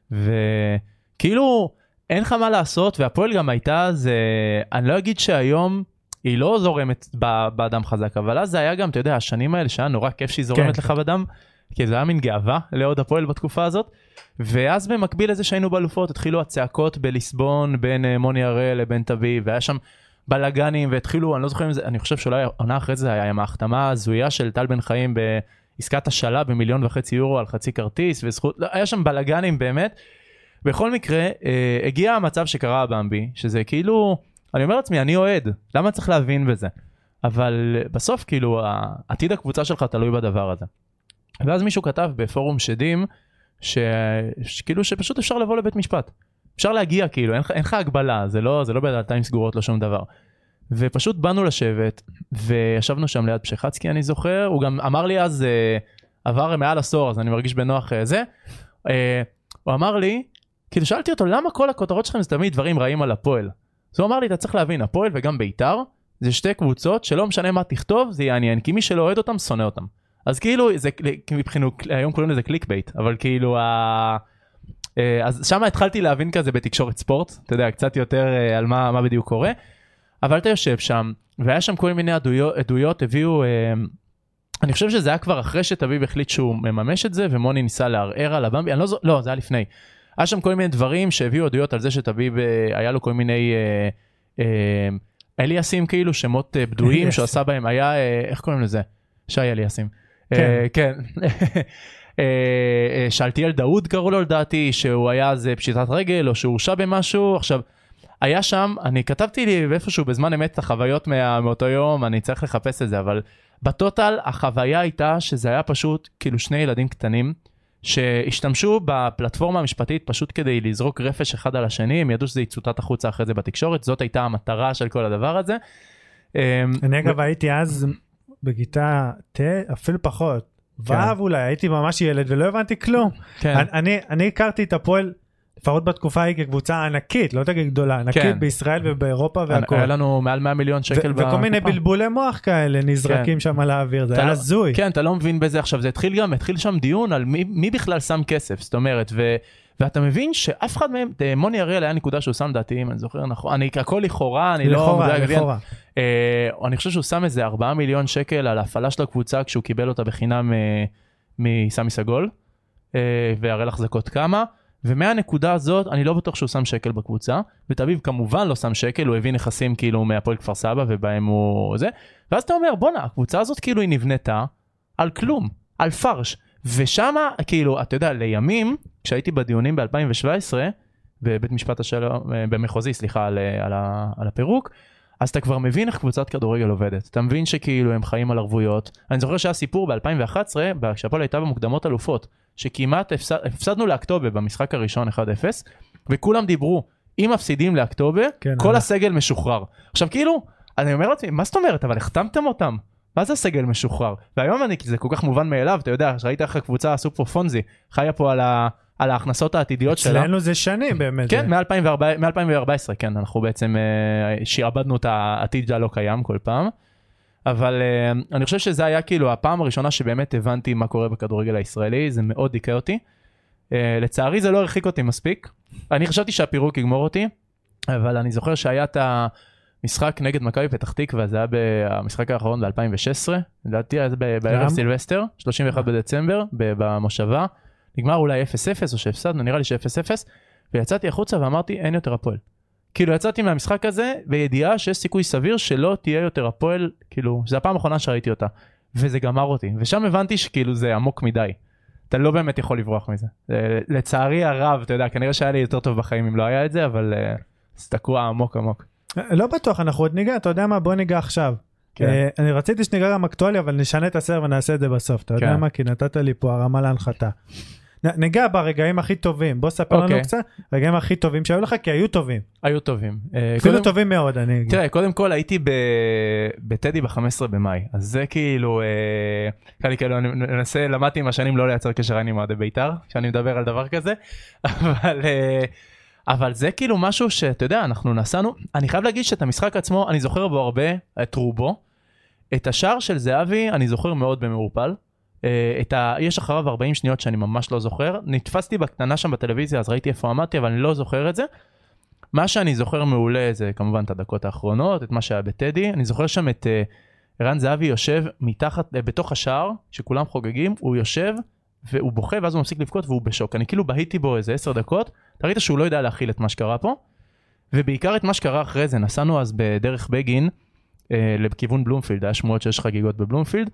וכאילו, אין לך מה לעשות, והפועל גם הייתה, זה... אני לא אגיד שהיום היא לא זורמת ב- באדם חזק, אבל אז זה היה גם, אתה יודע, השנים האלה שהיה נורא כיף שהיא זורמת כן. לך בדם, כי זה היה מין גאווה לעוד הפועל בתקופה הזאת, ואז במקביל לזה שהיינו באלופות, התחילו הצעקות בליסבון בין אה, מוני הראל לבין תביא, והיה שם בלגנים, והתחילו, אני לא זוכר אם זה, אני חושב שאולי עונה אחרי זה היה עם ההחתמה הזויה של טל בן חיים בעסקת השאלה במיליון וחצי יורו על חצי כרטיס, וזכות, לא, היה שם בלגנים באמת. בכל מקרה, אה, הגיע המצב שקרה הבמבי, שזה כאילו, אני אומר לעצמי, אני אוהד, למה צריך להבין בזה? אבל בסוף, כאילו, עתיד הקבוצה שלך תלוי בדבר הזה. ואז מישהו כתב בפורום שדים, ש... שכאילו שפשוט אפשר לבוא לבית משפט. אפשר להגיע, כאילו, אין, אין לך הגבלה, זה לא, זה לא בדלתיים סגורות, לא שום דבר. ופשוט באנו לשבת, וישבנו שם ליד פשחצקי, אני זוכר, הוא גם אמר לי אז, אה, עבר מעל עשור, אז אני מרגיש בנוח אה, זה, אה, הוא אמר לי, כאילו שאלתי אותו, למה כל הכותרות שלכם זה תמיד דברים רעים על הפועל? אז הוא אמר לי, אתה צריך להבין, הפועל וגם ביתר, זה שתי קבוצות שלא משנה מה תכתוב, זה יעניין, כי מי שלא אוהד אותם, שונא אותם. אז כאילו, זה, מבחינו, היום קוראים לזה קליק בייט, אבל כאילו, ה... אז שם התחלתי להבין כזה בתקשורת ספורט, אתה יודע, קצת יותר על מה, מה בדיוק קורה, אבל אתה יושב שם, והיה שם כל מיני עדויות, עדויות הביאו, אני חושב שזה היה כבר אחרי שתביב החליט שהוא מממש את זה, ומוני ניסה לערער על הבמבי, אני לא, לא, זה היה לפני. היה שם כל מיני דברים שהביאו עדויות על זה שתביב, היה לו כל מיני אליאסים כאילו, שמות בדויים שהוא עשה בהם, היה, איך קוראים לזה? שי אליאסים. כן. שאלתי על דאוד קראו לו לדעתי, שהוא היה אז פשיטת רגל, או שהוא הורשע במשהו. עכשיו, היה שם, אני כתבתי לי איפשהו בזמן אמת את החוויות מאותו יום, אני צריך לחפש את זה, אבל בטוטל החוויה הייתה שזה היה פשוט כאילו שני ילדים קטנים, שהשתמשו בפלטפורמה המשפטית פשוט כדי לזרוק רפש אחד על השני, הם ידעו שזה יצוטט החוצה אחרי זה בתקשורת, זאת הייתה המטרה של כל הדבר הזה. אני אגב הייתי אז בכיתה ט', אפילו פחות, ואב אולי, הייתי ממש ילד ולא הבנתי כלום. אני הכרתי את הפועל, לפחות בתקופה היא כקבוצה ענקית, לא תגיד גדולה, ענקית בישראל ובאירופה והכל. היה לנו מעל מאה מיליון שקל בקופה. וכל מיני בלבולי מוח כאלה נזרקים שם על האוויר, זה היה הזוי. כן, אתה לא מבין בזה עכשיו, זה התחיל גם, התחיל שם דיון על מי בכלל שם כסף, זאת אומרת, ואתה מבין שאף אחד מהם, מוני הראל היה נקודה שהוא שם דעתי, אם אני זוכר נכון, אני הכל לכאורה, אני לא... לכאורה, לכאורה. אני חושב שהוא שם איזה ארבעה מיליון שקל על ההפעלה של הקבוצה, כשהוא קיבל אותה בחינם מסמי סגול, והראה לחזקות כמה, ומהנקודה הזאת, אני לא בטוח שהוא שם שקל בקבוצה, ותביב כמובן לא שם שקל, הוא הביא נכסים כאילו מהפועל כפר סבא, ובהם הוא זה, ואז אתה אומר, בונה, הקבוצה הזאת כאילו היא נבנתה על כלום, על פרש, ושמה, כאילו, אתה יודע, לימים, כשהייתי בדיונים ב-אלפיים שבע עשרה, בבית משפט השלום, במחוזי, סליחה, על, על, על הפירוק, אז אתה כבר מבין איך קבוצת כדורגל עובדת. אתה מבין שכאילו הם חיים על ערבויות. אני זוכר שהיה סיפור ב-אלפיים ואחת עשרה, כשהפועל הייתה במוקדמות אלופות, שכמעט הפסד, הפסדנו לאקטובה במשחק הראשון אחד אפס, וכולם דיברו, אם מפסידים לאקטובה, כן, כל אני... הסגל משוחרר. עכשיו כאילו, אני אומר לעצמי, מה זאת אומרת? אבל החתמתם אותם. מה זה הסגל משוחרר? והיום אני, זה כל כך מובן מאליו, אתה יודע, ראית איך הקבוצה עשו פה פונזי, חיה פה על, ה, על ההכנסות העתידיות שלה. אצלנו זה שנים באמת. כן, מ-אלפיים וארבע עשרה, כן, אנחנו בעצם שעבדנו את העתיד הלא קיים כל פעם, אבל אני חושב שזה היה כאילו הפעם הראשונה שבאמת הבנתי מה קורה בכדורגל הישראלי, זה מאוד דיכא אותי. לצערי זה לא הרחיק אותי מספיק, אני חשבתי שהפירוק יגמור אותי, אבל אני זוכר שהיה את המשחק נגד מכבי פתח תקווה, זה היה במשחק האחרון ב-אלפיים ושש עשרה, לדעתי היה זה בערב סילבסטר, שלושים ואחד בדצמבר, במושבה, נגמר אולי אפס אפס או שהפסדנו, נראה לי ש-אפס אפס, ויצאתי החוצה ואמרתי אין יותר הפועל. כאילו יצאתי מהמשחק הזה בידיעה שיש סיכוי סביר שלא תהיה יותר הפועל, כאילו זה הפעם האחרונה שראיתי אותה, וזה גמר אותי, ושם הבנתי שכאילו זה עמוק מדי. אתה לא באמת יכול לברוח מזה. לצערי הרב, אתה יודע, כנראה שהיה לי יותר טוב בחיים אם לא היה את זה, אבל זה תקוע עמוק עמוק. לא בטוח, אנחנו עוד ניגע, אתה יודע מה, בוא ניגע עכשיו. אני רציתי שניגע גם אקטואלי, אבל נשנה את הסר ונעשה את זה בסוף. אתה יודע מה, כי נתת לי פה הרמה להנחתה. ניגע ברגעים הכי טובים, בוא ספר לנו קצת, רגעים הכי טובים שהיו לך, כי היו טובים. היו טובים. אפילו טובים מאוד, אני אגיד. תראה, קודם כל הייתי בטדי ב-חמישה עשר במאי, אז זה כאילו, כאילו, אני מנסה, למדתי עם השנים לא לייצר קשר עין עם אוהדי בית"ר, כשאני מדבר על דבר כזה, אבל, אבל זה כאילו משהו שאתה יודע, אנחנו נסענו, אני חייב להגיד שאת המשחק עצמו, אני זוכר בו הרבה, את רובו, את השער של זהבי, אני זוכר מאוד במעורפל, את ה... יש אחריו ארבעים שניות שאני ממש לא זוכר, נתפסתי בקטנה שם בטלוויזיה, אז ראיתי איפה עמדתי, אבל אני לא זוכר את זה. מה שאני זוכר מעולה זה כמובן את הדקות האחרונות, את מה שהיה בטדי, אני זוכר שם את ערן זהבי יושב מתחת, בתוך השער, שכולם חוגגים, הוא יושב והוא בוכה, ואז הוא מפסיק לבכות והוא בשוק. אני כאילו בהיתי בו איזה עשר דקות, אתה ראית שהוא לא יודע להכיל את מה שקרה פה, ובעיקר את מה שקרה אחרי זה, נסענו אז בדרך בגין, לכיוון בלומפילד, היה שמועות שיש חגיגות בבלומפילד,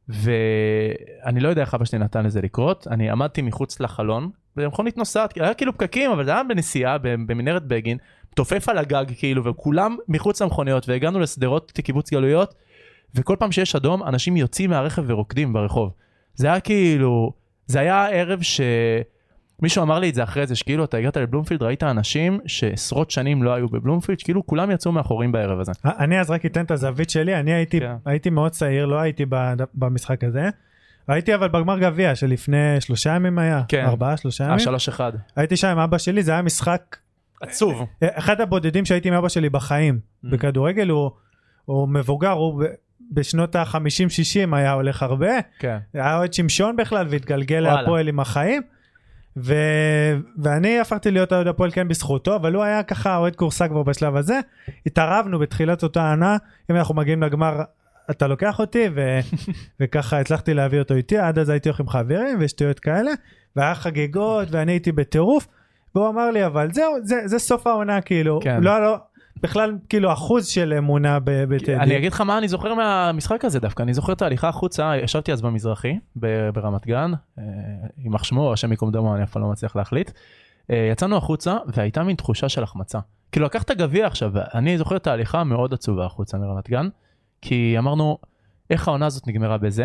ואני לא יודע איך אבא שלי נתן לזה לקרות, אני עמדתי מחוץ לחלון, ומכונית נוסעת, היה כאילו פקקים, אבל זה היה בנסיעה, במנהרת בגין, תופף על הגג כאילו, וכולם מחוץ למכוניות, והגענו לסדרות קיבוץ גלויות, וכל פעם שיש אדום, אנשים יוצאים מהרכב ורוקדים ברחוב. זה היה כאילו, זה היה ערב ש... מישהו אמר לי את זה אחרי זה, שכאילו אתה הגעת לבלומפילד, ראית אנשים שעשרות שנים לא היו בבלומפילד, שכאילו כולם יצאו מאחורים בערב הזה. אני אז רק אתן את הזווית שלי, אני הייתי, הייתי מאוד צעיר, לא הייתי במשחק הזה, הייתי אבל בגמר גביע שלפני שלושה ימים היה, ארבעה, שלושה ימים. שלוש אחד. הייתי שם עם אבא שלי, זה היה משחק עצוב. אחד הבודדים שהייתי עם אבא שלי בחיים, בכדורגל הוא מבוגר, הוא בשנות ה-חמישים שישים היה הולך הרבה, היה עוד שמשון בכלל והתגלגל להפועל עם החיים. ו... ואני הפכתי להיות אוהד הפועל כן בזכותו, אבל הוא היה ככה אוהד קורסה כבר בשלב הזה, התערבנו בתחילת אותה עונה, אם אנחנו מגיעים לגמר אתה לוקח אותי, ו... וככה הצלחתי להביא אותו איתי, עד אז הייתי הולך עם חברים ושטויות כאלה, והיה חגיגות ואני הייתי בטירוף, והוא אמר לי אבל זהו, זה, זה סוף העונה כאילו, כן. לא, לא, בכלל כאילו אחוז של אמונה בטדי. אני אגיד לך מה אני זוכר מהמשחק הזה דווקא, אני זוכר את ההליכה החוצה, ישבתי אז במזרחי, ברמת גן, עם מחשמו, השם יקום דמו, אני אף פעם לא מצליח להחליט, יצאנו החוצה והייתה מין תחושה של החמצה. כאילו לקחת גביע עכשיו, אני זוכר את ההליכה מאוד עצובה החוצה מרמת גן, כי אמרנו, איך העונה הזאת נגמרה בזה,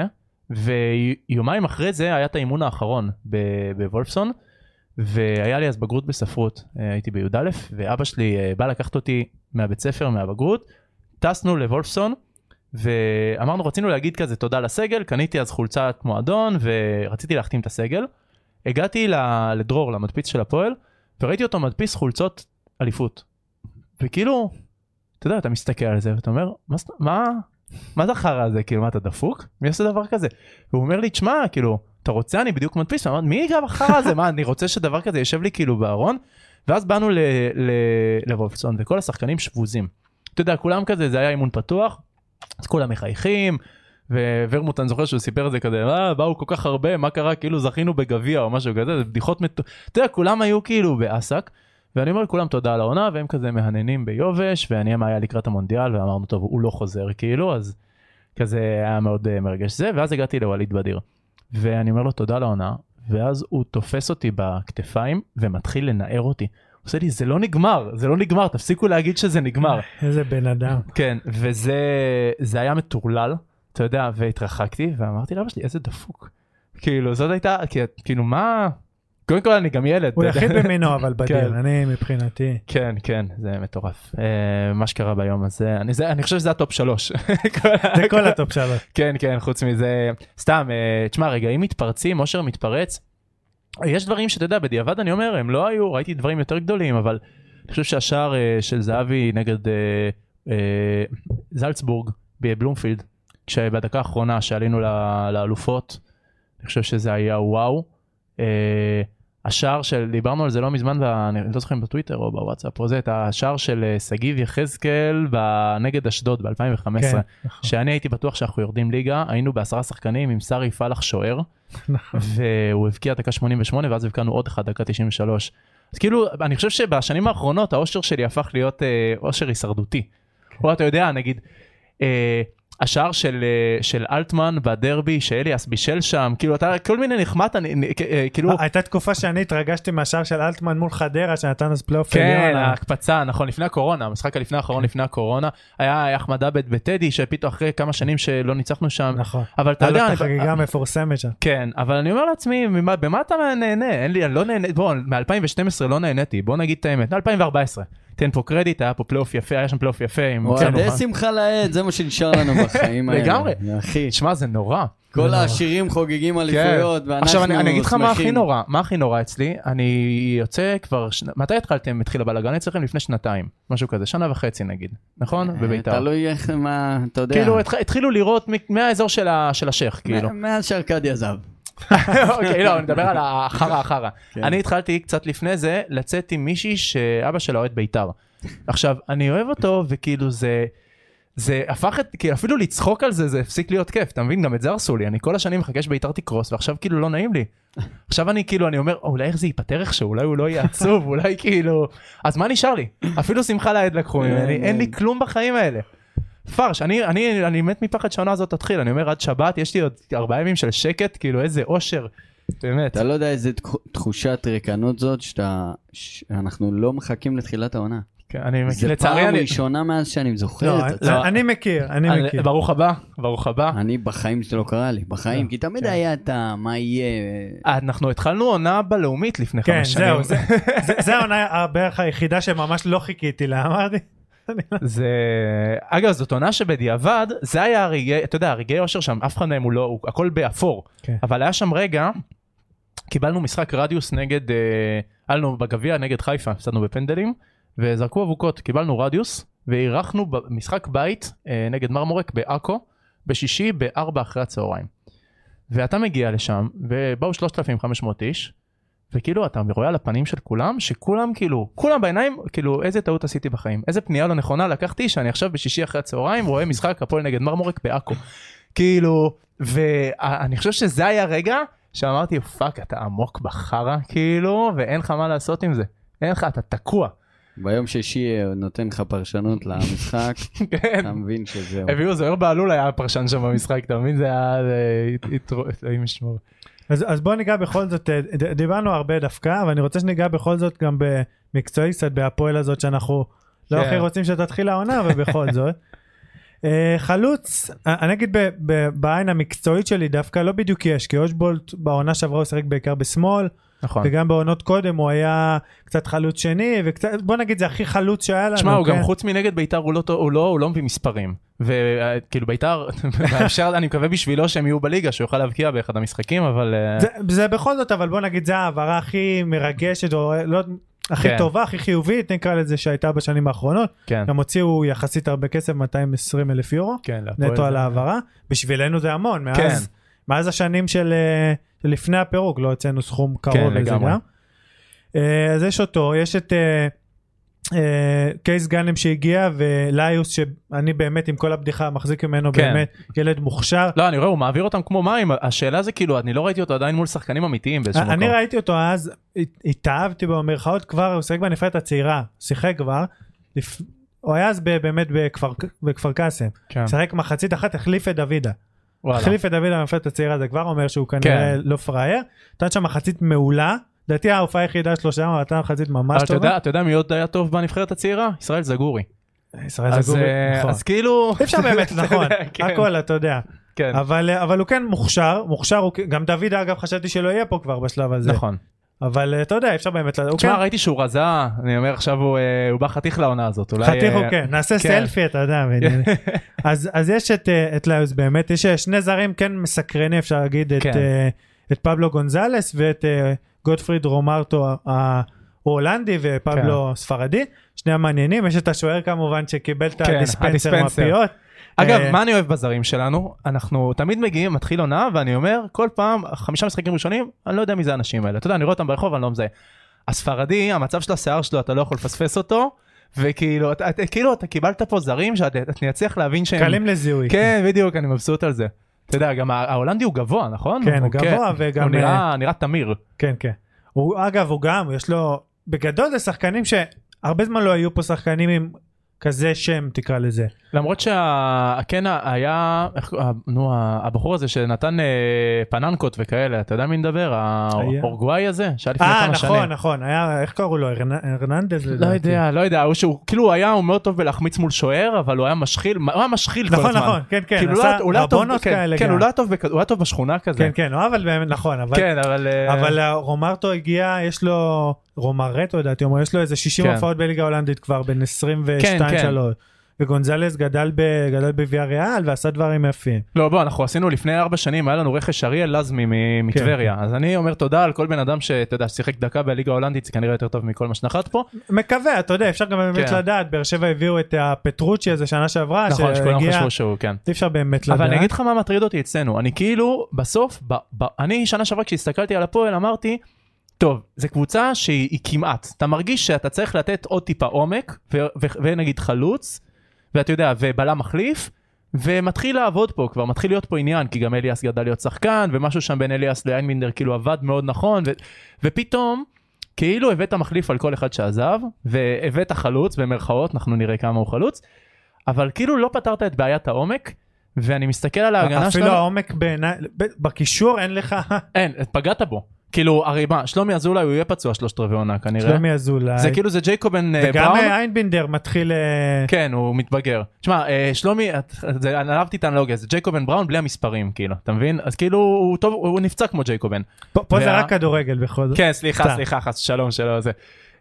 ויומיים אחרי זה היה את האימון האחרון בוולפסון, והיה לי אז בגרות בספרות, הייתי בי"א, ואבא שלי בא לקחת אותי מהבית ספר, מהבגרות, טסנו לוולפסון, ואמרנו, רצינו להגיד כזה תודה לסגל, קניתי אז חולצת מועדון, ורציתי להחתים את הסגל, הגעתי לדרור, למדפיס של הפועל, וראיתי אותו מדפיס חולצות אליפות, וכאילו, אתה יודע, אתה מסתכל על זה, ואתה אומר, מה, מה, מה זה החרא הזה? כאילו, מה, אתה דפוק? מי עושה דבר כזה? והוא אומר לי, תשמע, כאילו, אתה רוצה, אני בדיוק מדפיס, ואמרתי, מי גם החרא הזה? מה, אני רוצה שדבר כזה יושב לי כאילו בארון, ואז באנו לוולפסון, וכל השחקנים שבוזים. אתה יודע, כולם כזה, זה היה אימון פתוח, אז כולם מחייכים, וורמוט, אני זוכר שהוא סיפר את זה כזה, אה, באו כל כך הרבה, מה קרה? כאילו זכינו בגביע או משהו כזה, זה בדיחות מטו... אתה יודע, כולם היו כאילו בעסק, ואני אומר לכולם תודה על העונה, והם כזה מהננים ביובש, ואני היה לקראת המונדיאל, ואמרנו, טוב, הוא לא חוזר כאילו, אז כזה היה מאוד מרגש זה, ואז הגעתי לווליד בדיר. ואני אומר לו תודה לעונה, ואז הוא תופס אותי בכתפיים, ומתחיל לנער אותי. הוא עושה לי, זה לא נגמר, זה לא נגמר, תפסיקו להגיד שזה נגמר. איזה בן אדם. כן, וזה זה היה מטורלל, אתה יודע, והתרחקתי, ואמרתי לאבא שלי, איזה דפוק. כאילו, זאת הייתה, כאילו, מה... קודם כל אני גם ילד. הוא יחיד במינו, אבל בדיר, אני מבחינתי. כן, כן, זה מטורף. מה שקרה ביום הזה, אני חושב שזה הטופ שלוש. זה כל הטופ שלוש. כן, כן, חוץ מזה, סתם, תשמע, רגעים מתפרצים, אושר מתפרץ, יש דברים שאתה יודע, בדיעבד אני אומר, הם לא היו, ראיתי דברים יותר גדולים, אבל אני חושב שהשער של זהבי נגד זלצבורג בבלומפילד, כשבדקה האחרונה שעלינו לאלופות, אני חושב שזה היה וואו. השער של, דיברנו על זה לא מזמן, ואני לא זוכר בטוויטר או בוואטסאפ, או זה, את השער של סגיב יחזקאל נגד אשדוד ב-אלפיים וחמש עשרה, שאני הייתי בטוח שאנחנו יורדים ליגה, היינו בעשרה שחקנים עם שרי פלח שוער, והוא הבקיע דקה שמונים ושמונה, ואז הבקענו עוד אחד, דקה תשעים ושלוש. אז כאילו, אני חושב שבשנים האחרונות, האושר שלי הפך להיות אושר הישרדותי. או אתה יודע, נגיד, השער של, של אלטמן בדרבי, שאליאס בישל שם, כאילו אתה, כל מיני נחמד, כאילו... הייתה תקופה שאני התרגשתי מהשער של אלטמן מול חדרה, שנתן אז פלייאוף כן, ההקפצה, נכון, לפני הקורונה, המשחק הלפני האחרון לפני הקורונה, היה אחמד עבד בטדי, שפתאום אחרי כמה שנים שלא ניצחנו שם, נכון, אבל אתה יודע... היה לו את החגיגה מפורסמת שם. כן, אבל אני אומר לעצמי, במה אתה נהנה? אין לי, אני לא נהנה, בוא, מ-אלפיים ושתים עשרה לא נהניתי, בוא נגיד את האמת, אלפיים וארבע עשרה. תן פה קרדיט, היה פה פלייאוף יפה, היה שם פלייאוף יפה. אוהדי שמחה לעד, זה מה שנשאר לנו בחיים האלה. לגמרי. שמע, זה נורא. כל העשירים חוגגים אליפויות, ואנחנו שמחים. עכשיו, אני אגיד לך מה הכי נורא, מה הכי נורא אצלי, אני יוצא כבר, מתי התחלתם, התחיל הבלגן אצלכם? לפני שנתיים, משהו כזה, שנה וחצי נגיד, נכון? בביתר. תלוי איך, מה, אתה יודע. כאילו, התחילו לראות מהאזור של השייך, כאילו. מאז שארקדי עזב. אוקיי, לא, אני מדבר על החרה, החרה. אני התחלתי קצת לפני זה לצאת עם מישהי שאבא שלה אוהד ביתר. עכשיו, אני אוהב אותו, וכאילו זה, זה הפך את, כאילו אפילו לצחוק על זה, זה הפסיק להיות כיף, אתה מבין? גם את זה הרסו לי, אני כל השנים מחכה שביתר תקרוס, ועכשיו כאילו לא נעים לי. עכשיו אני כאילו, אני אומר, אולי איך זה ייפטר איכשהו, אולי הוא לא יהיה עצוב, אולי כאילו, אז מה נשאר לי? אפילו שמחה לעד לקחו ממני, אין לי כלום בחיים האלה. פרש, אני, אני, אני מת מפחד שעונה הזאת תתחיל, אני אומר עד שבת, יש לי עוד ארבעה ימים של שקט, כאילו איזה אושר, באמת. אתה לא יודע איזה תחושת ריקנות זאת, שאתה, שאנחנו לא מחכים לתחילת העונה. כן, אני מכיר, זה פעם ראשונה מאז שאני זוכר את זה. אני מכיר, אני מכיר. ברוך הבא, ברוך הבא. אני בחיים שזה לא קרה לי, בחיים, כי תמיד היה את מה יהיה. אנחנו התחלנו עונה בלאומית לפני חמש שנים. כן, זהו, זה העונה בערך היחידה שממש לא חיכיתי לה, אמרתי. זה, אגב, זאת עונה שבדיעבד, זה היה הרגעי, אתה יודע, הרגעי אושר שם, אף אחד מהם הוא לא, הכל באפור, אבל היה שם רגע, קיבלנו משחק רדיוס נגד, עלנו בגביע נגד חיפה, הפסדנו בפנדלים, וזרקו אבוקות, קיבלנו רדיוס, ואירחנו במשחק בית נגד מרמורק בעכו, בשישי בארבע אחרי הצהריים. ואתה מגיע לשם, ובאו שלושת אלפים וחמש מאות איש, וכאילו אתה רואה על הפנים של כולם, שכולם כאילו, כולם בעיניים, כאילו איזה טעות עשיתי בחיים, איזה פנייה לא נכונה לקחתי, שאני עכשיו בשישי אחרי הצהריים רואה משחק הפועל נגד מרמורק בעכו. כאילו, ואני חושב שזה היה רגע שאמרתי, פאק, אתה עמוק בחרה, כאילו, ואין לך מה לעשות עם זה. אין לך, אתה תקוע. ביום שישי נותן לך פרשנות למשחק, אתה מבין שזהו. הביאו, זוהר בעלול היה פרשן שם במשחק, אתה מבין? זה היה, זה משמור. אז, אז בוא ניגע בכל זאת, דיברנו הרבה דווקא, אבל אני רוצה שניגע בכל זאת גם במקצועי קצת בהפועל הזאת, שאנחנו לא הכי רוצים שתתחיל העונה, אבל בכל זאת. חלוץ, אני אגיד בעין המקצועית שלי דווקא לא בדיוק יש, כי אושבולט בעונה שעברה הוא שחק בעיקר בשמאל, נכון. וגם בעונות קודם הוא היה קצת חלוץ שני, וקצת, בוא נגיד זה הכי חלוץ שהיה לנו. שמה, הוא גם חוץ מנגד ביתר הוא לא, הוא לא, הוא לא מביא מספרים, וכאילו ביתר, אני מקווה בשבילו שהם יהיו בליגה, שהוא יוכל להבקיע באחד המשחקים, אבל... זה, זה בכל זאת, אבל בוא נגיד זה העברה הכי מרגשת, או לא... הכי כן. טובה, הכי חיובית, נקרא לזה שהייתה בשנים האחרונות. כן. גם הוציאו יחסית הרבה כסף, מאתיים ועשרים אלף יורו, כן, נטו על העברה. בשבילנו זה המון, מאז, כן. מאז השנים של, של לפני הפירוק, לא הוצאנו סכום קרוב כן, לזה גם. אז יש אותו, יש את קייס גאנם שהגיע, וליוס שאני באמת עם כל הבדיחה מחזיק ממנו כן. באמת ילד מוכשר. לא, אני רואה, הוא מעביר אותם כמו מים, השאלה זה כאילו, אני לא ראיתי אותו עדיין מול שחקנים אמיתיים באיזשהו מקום. אני ראיתי אותו אז, התאהבתי במרכאות כבר, הוא שיחק בנבחרת הצעירה, שיחק כבר, הוא היה אז באמת בכפר קאסם, שיחק מחצית אחת, החליף את דוידה. החליף את דוידה בנבחרת הצעירה, זה כבר אומר שהוא כנראה לא פראייר, נתן שם מחצית מעולה, דעתי ההופעה היחידה שלו שם, נתן מחצית ממש טובה. אתה יודע מי עוד היה טוב בנבחרת הצעירה? ישראל זגורי. ישראל זגורי, נכון. אז כאילו... אפשר באמת, נכון, הכל, אתה יודע. אבל הוא כן מוכשר, מוכשר, גם דוד אגב חשבתי שלא יהיה פה כבר בשלב הזה. נכון. אבל אתה יודע, אפשר באמת... תשמע, ראיתי שהוא רזה, אני אומר עכשיו הוא בא חתיך לעונה הזאת. חתיך הוא כן, נעשה סלפי, אתה יודע. אז יש את ליוס באמת, יש שני זרים כן מסקרני, אפשר להגיד, את פבלו גונזלס ואת גוטפריד רומרטו ההולנדי ופבלו ספרדי, שני המעניינים, יש את השוער כמובן שקיבל את הדיספנסר מהפיות. אגב, מה אני אוהב בזרים שלנו? אנחנו תמיד מגיעים, מתחיל עונה, ואני אומר, כל פעם, חמישה משחקים ראשונים, אני לא יודע מי זה האנשים האלה. אתה יודע, אני רואה אותם ברחוב, אני לא מזהה. הספרדי, המצב של השיער שלו, אתה לא יכול לפספס אותו, וכאילו, אתה, כאילו, אתה קיבלת פה זרים, שאתה נצליח להבין שהם... קלים לזיהוי. כן, בדיוק, אני מבסוט על זה. אתה יודע, גם ההולנדי הוא גבוה, נכון? כן, הוא גבוה, וגם... הוא נראה, נראה תמיר. כן, כן. הוא, אגב, הוא גם, יש לו... בגדול זה שחקנים שהרבה זמן לא היו פה שחקנים עם... כזה שם תקרא לזה. למרות שהכן היה, נו, הבחור הזה שנתן פננקות וכאלה, אתה יודע מי נדבר? האורגוואי הזה? אה, נכון, נכון. היה, איך קראו לו? הרננדז? לא יודע, לא יודע. כאילו היה, הוא מאוד טוב בלהחמיץ מול שוער, אבל הוא היה משחיל, הוא היה משחיל כל הזמן. נכון, נכון, כן, כן. עשה רבונות כאלה. כן, הוא לא היה טוב בשכונה כזה. כן, כן, אבל באמת, נכון. כן, אבל... אבל רומרטו הגיע, יש לו... רומרטו, לדעתי, יש לו איזה שישים הופעות בליגה ההולנדית כבר בין עשרים ושתיים שלוש. וגונזלס גדל בוויה ריאל ועשה דברים יפים. לא, בוא, אנחנו עשינו לפני ארבע שנים, היה לנו רכש אריאל לזמי מטבריה. אז אני אומר תודה על כל בן אדם שאתה יודע, ששיחק דקה בליגה ההולנדית, זה כנראה יותר טוב מכל מה שנחת פה. מקווה, אתה יודע, אפשר גם באמת לדעת, באר שבע הביאו את הפטרוצ'י הזה שנה שעברה, נכון, שכולם חשבו שהוא, כן. אי אפשר באמת לדעת. אבל אני אגיד לך מה מטריד אותי אצלנו. אני כאילו, בסוף, אני שנה שעברה כשהסתכלתי על הפועל, אמרתי, טוב, זו קבוצה שהיא כמעט, אתה מרגיש שאתה צריך לתת עוד טיפה עומק, ונגיד חלוץ, ואתה יודע, ובלם מחליף, ומתחיל לעבוד פה, כבר מתחיל להיות פה עניין, כי גם אליאס גדל להיות שחקן, ומשהו שם בין אליאס לאיינבינדר כאילו עבד מאוד נכון, ו- ופתאום, כאילו הבאת מחליף על כל אחד שעזב, והבאת חלוץ, במרכאות, אנחנו נראה כמה הוא חלוץ, אבל כאילו לא פתרת את בעיית העומק, ואני מסתכל על ההגנה שלנו. אפילו העומק בעיניי, בקישור אין לך... אין, פגעת בו. כאילו, הרי מה, שלומי אזולאי הוא יהיה פצוע שלושת רבעי עונה כנראה. שלומי אזולאי. זה כאילו זה ג'ייקובן בראון. וגם איינבינדר מתחיל... כן, הוא מתבגר. תשמע, שלומי, אני אהבתי את האנלוגיה, זה ג'ייקובן בראון בלי המספרים, כאילו, אתה מבין? אז כאילו, הוא טוב, הוא נפצע כמו ג'ייקובן. פה זה רק כדורגל בכל זאת. כן, סליחה, סליחה, חס שלום שלא זה.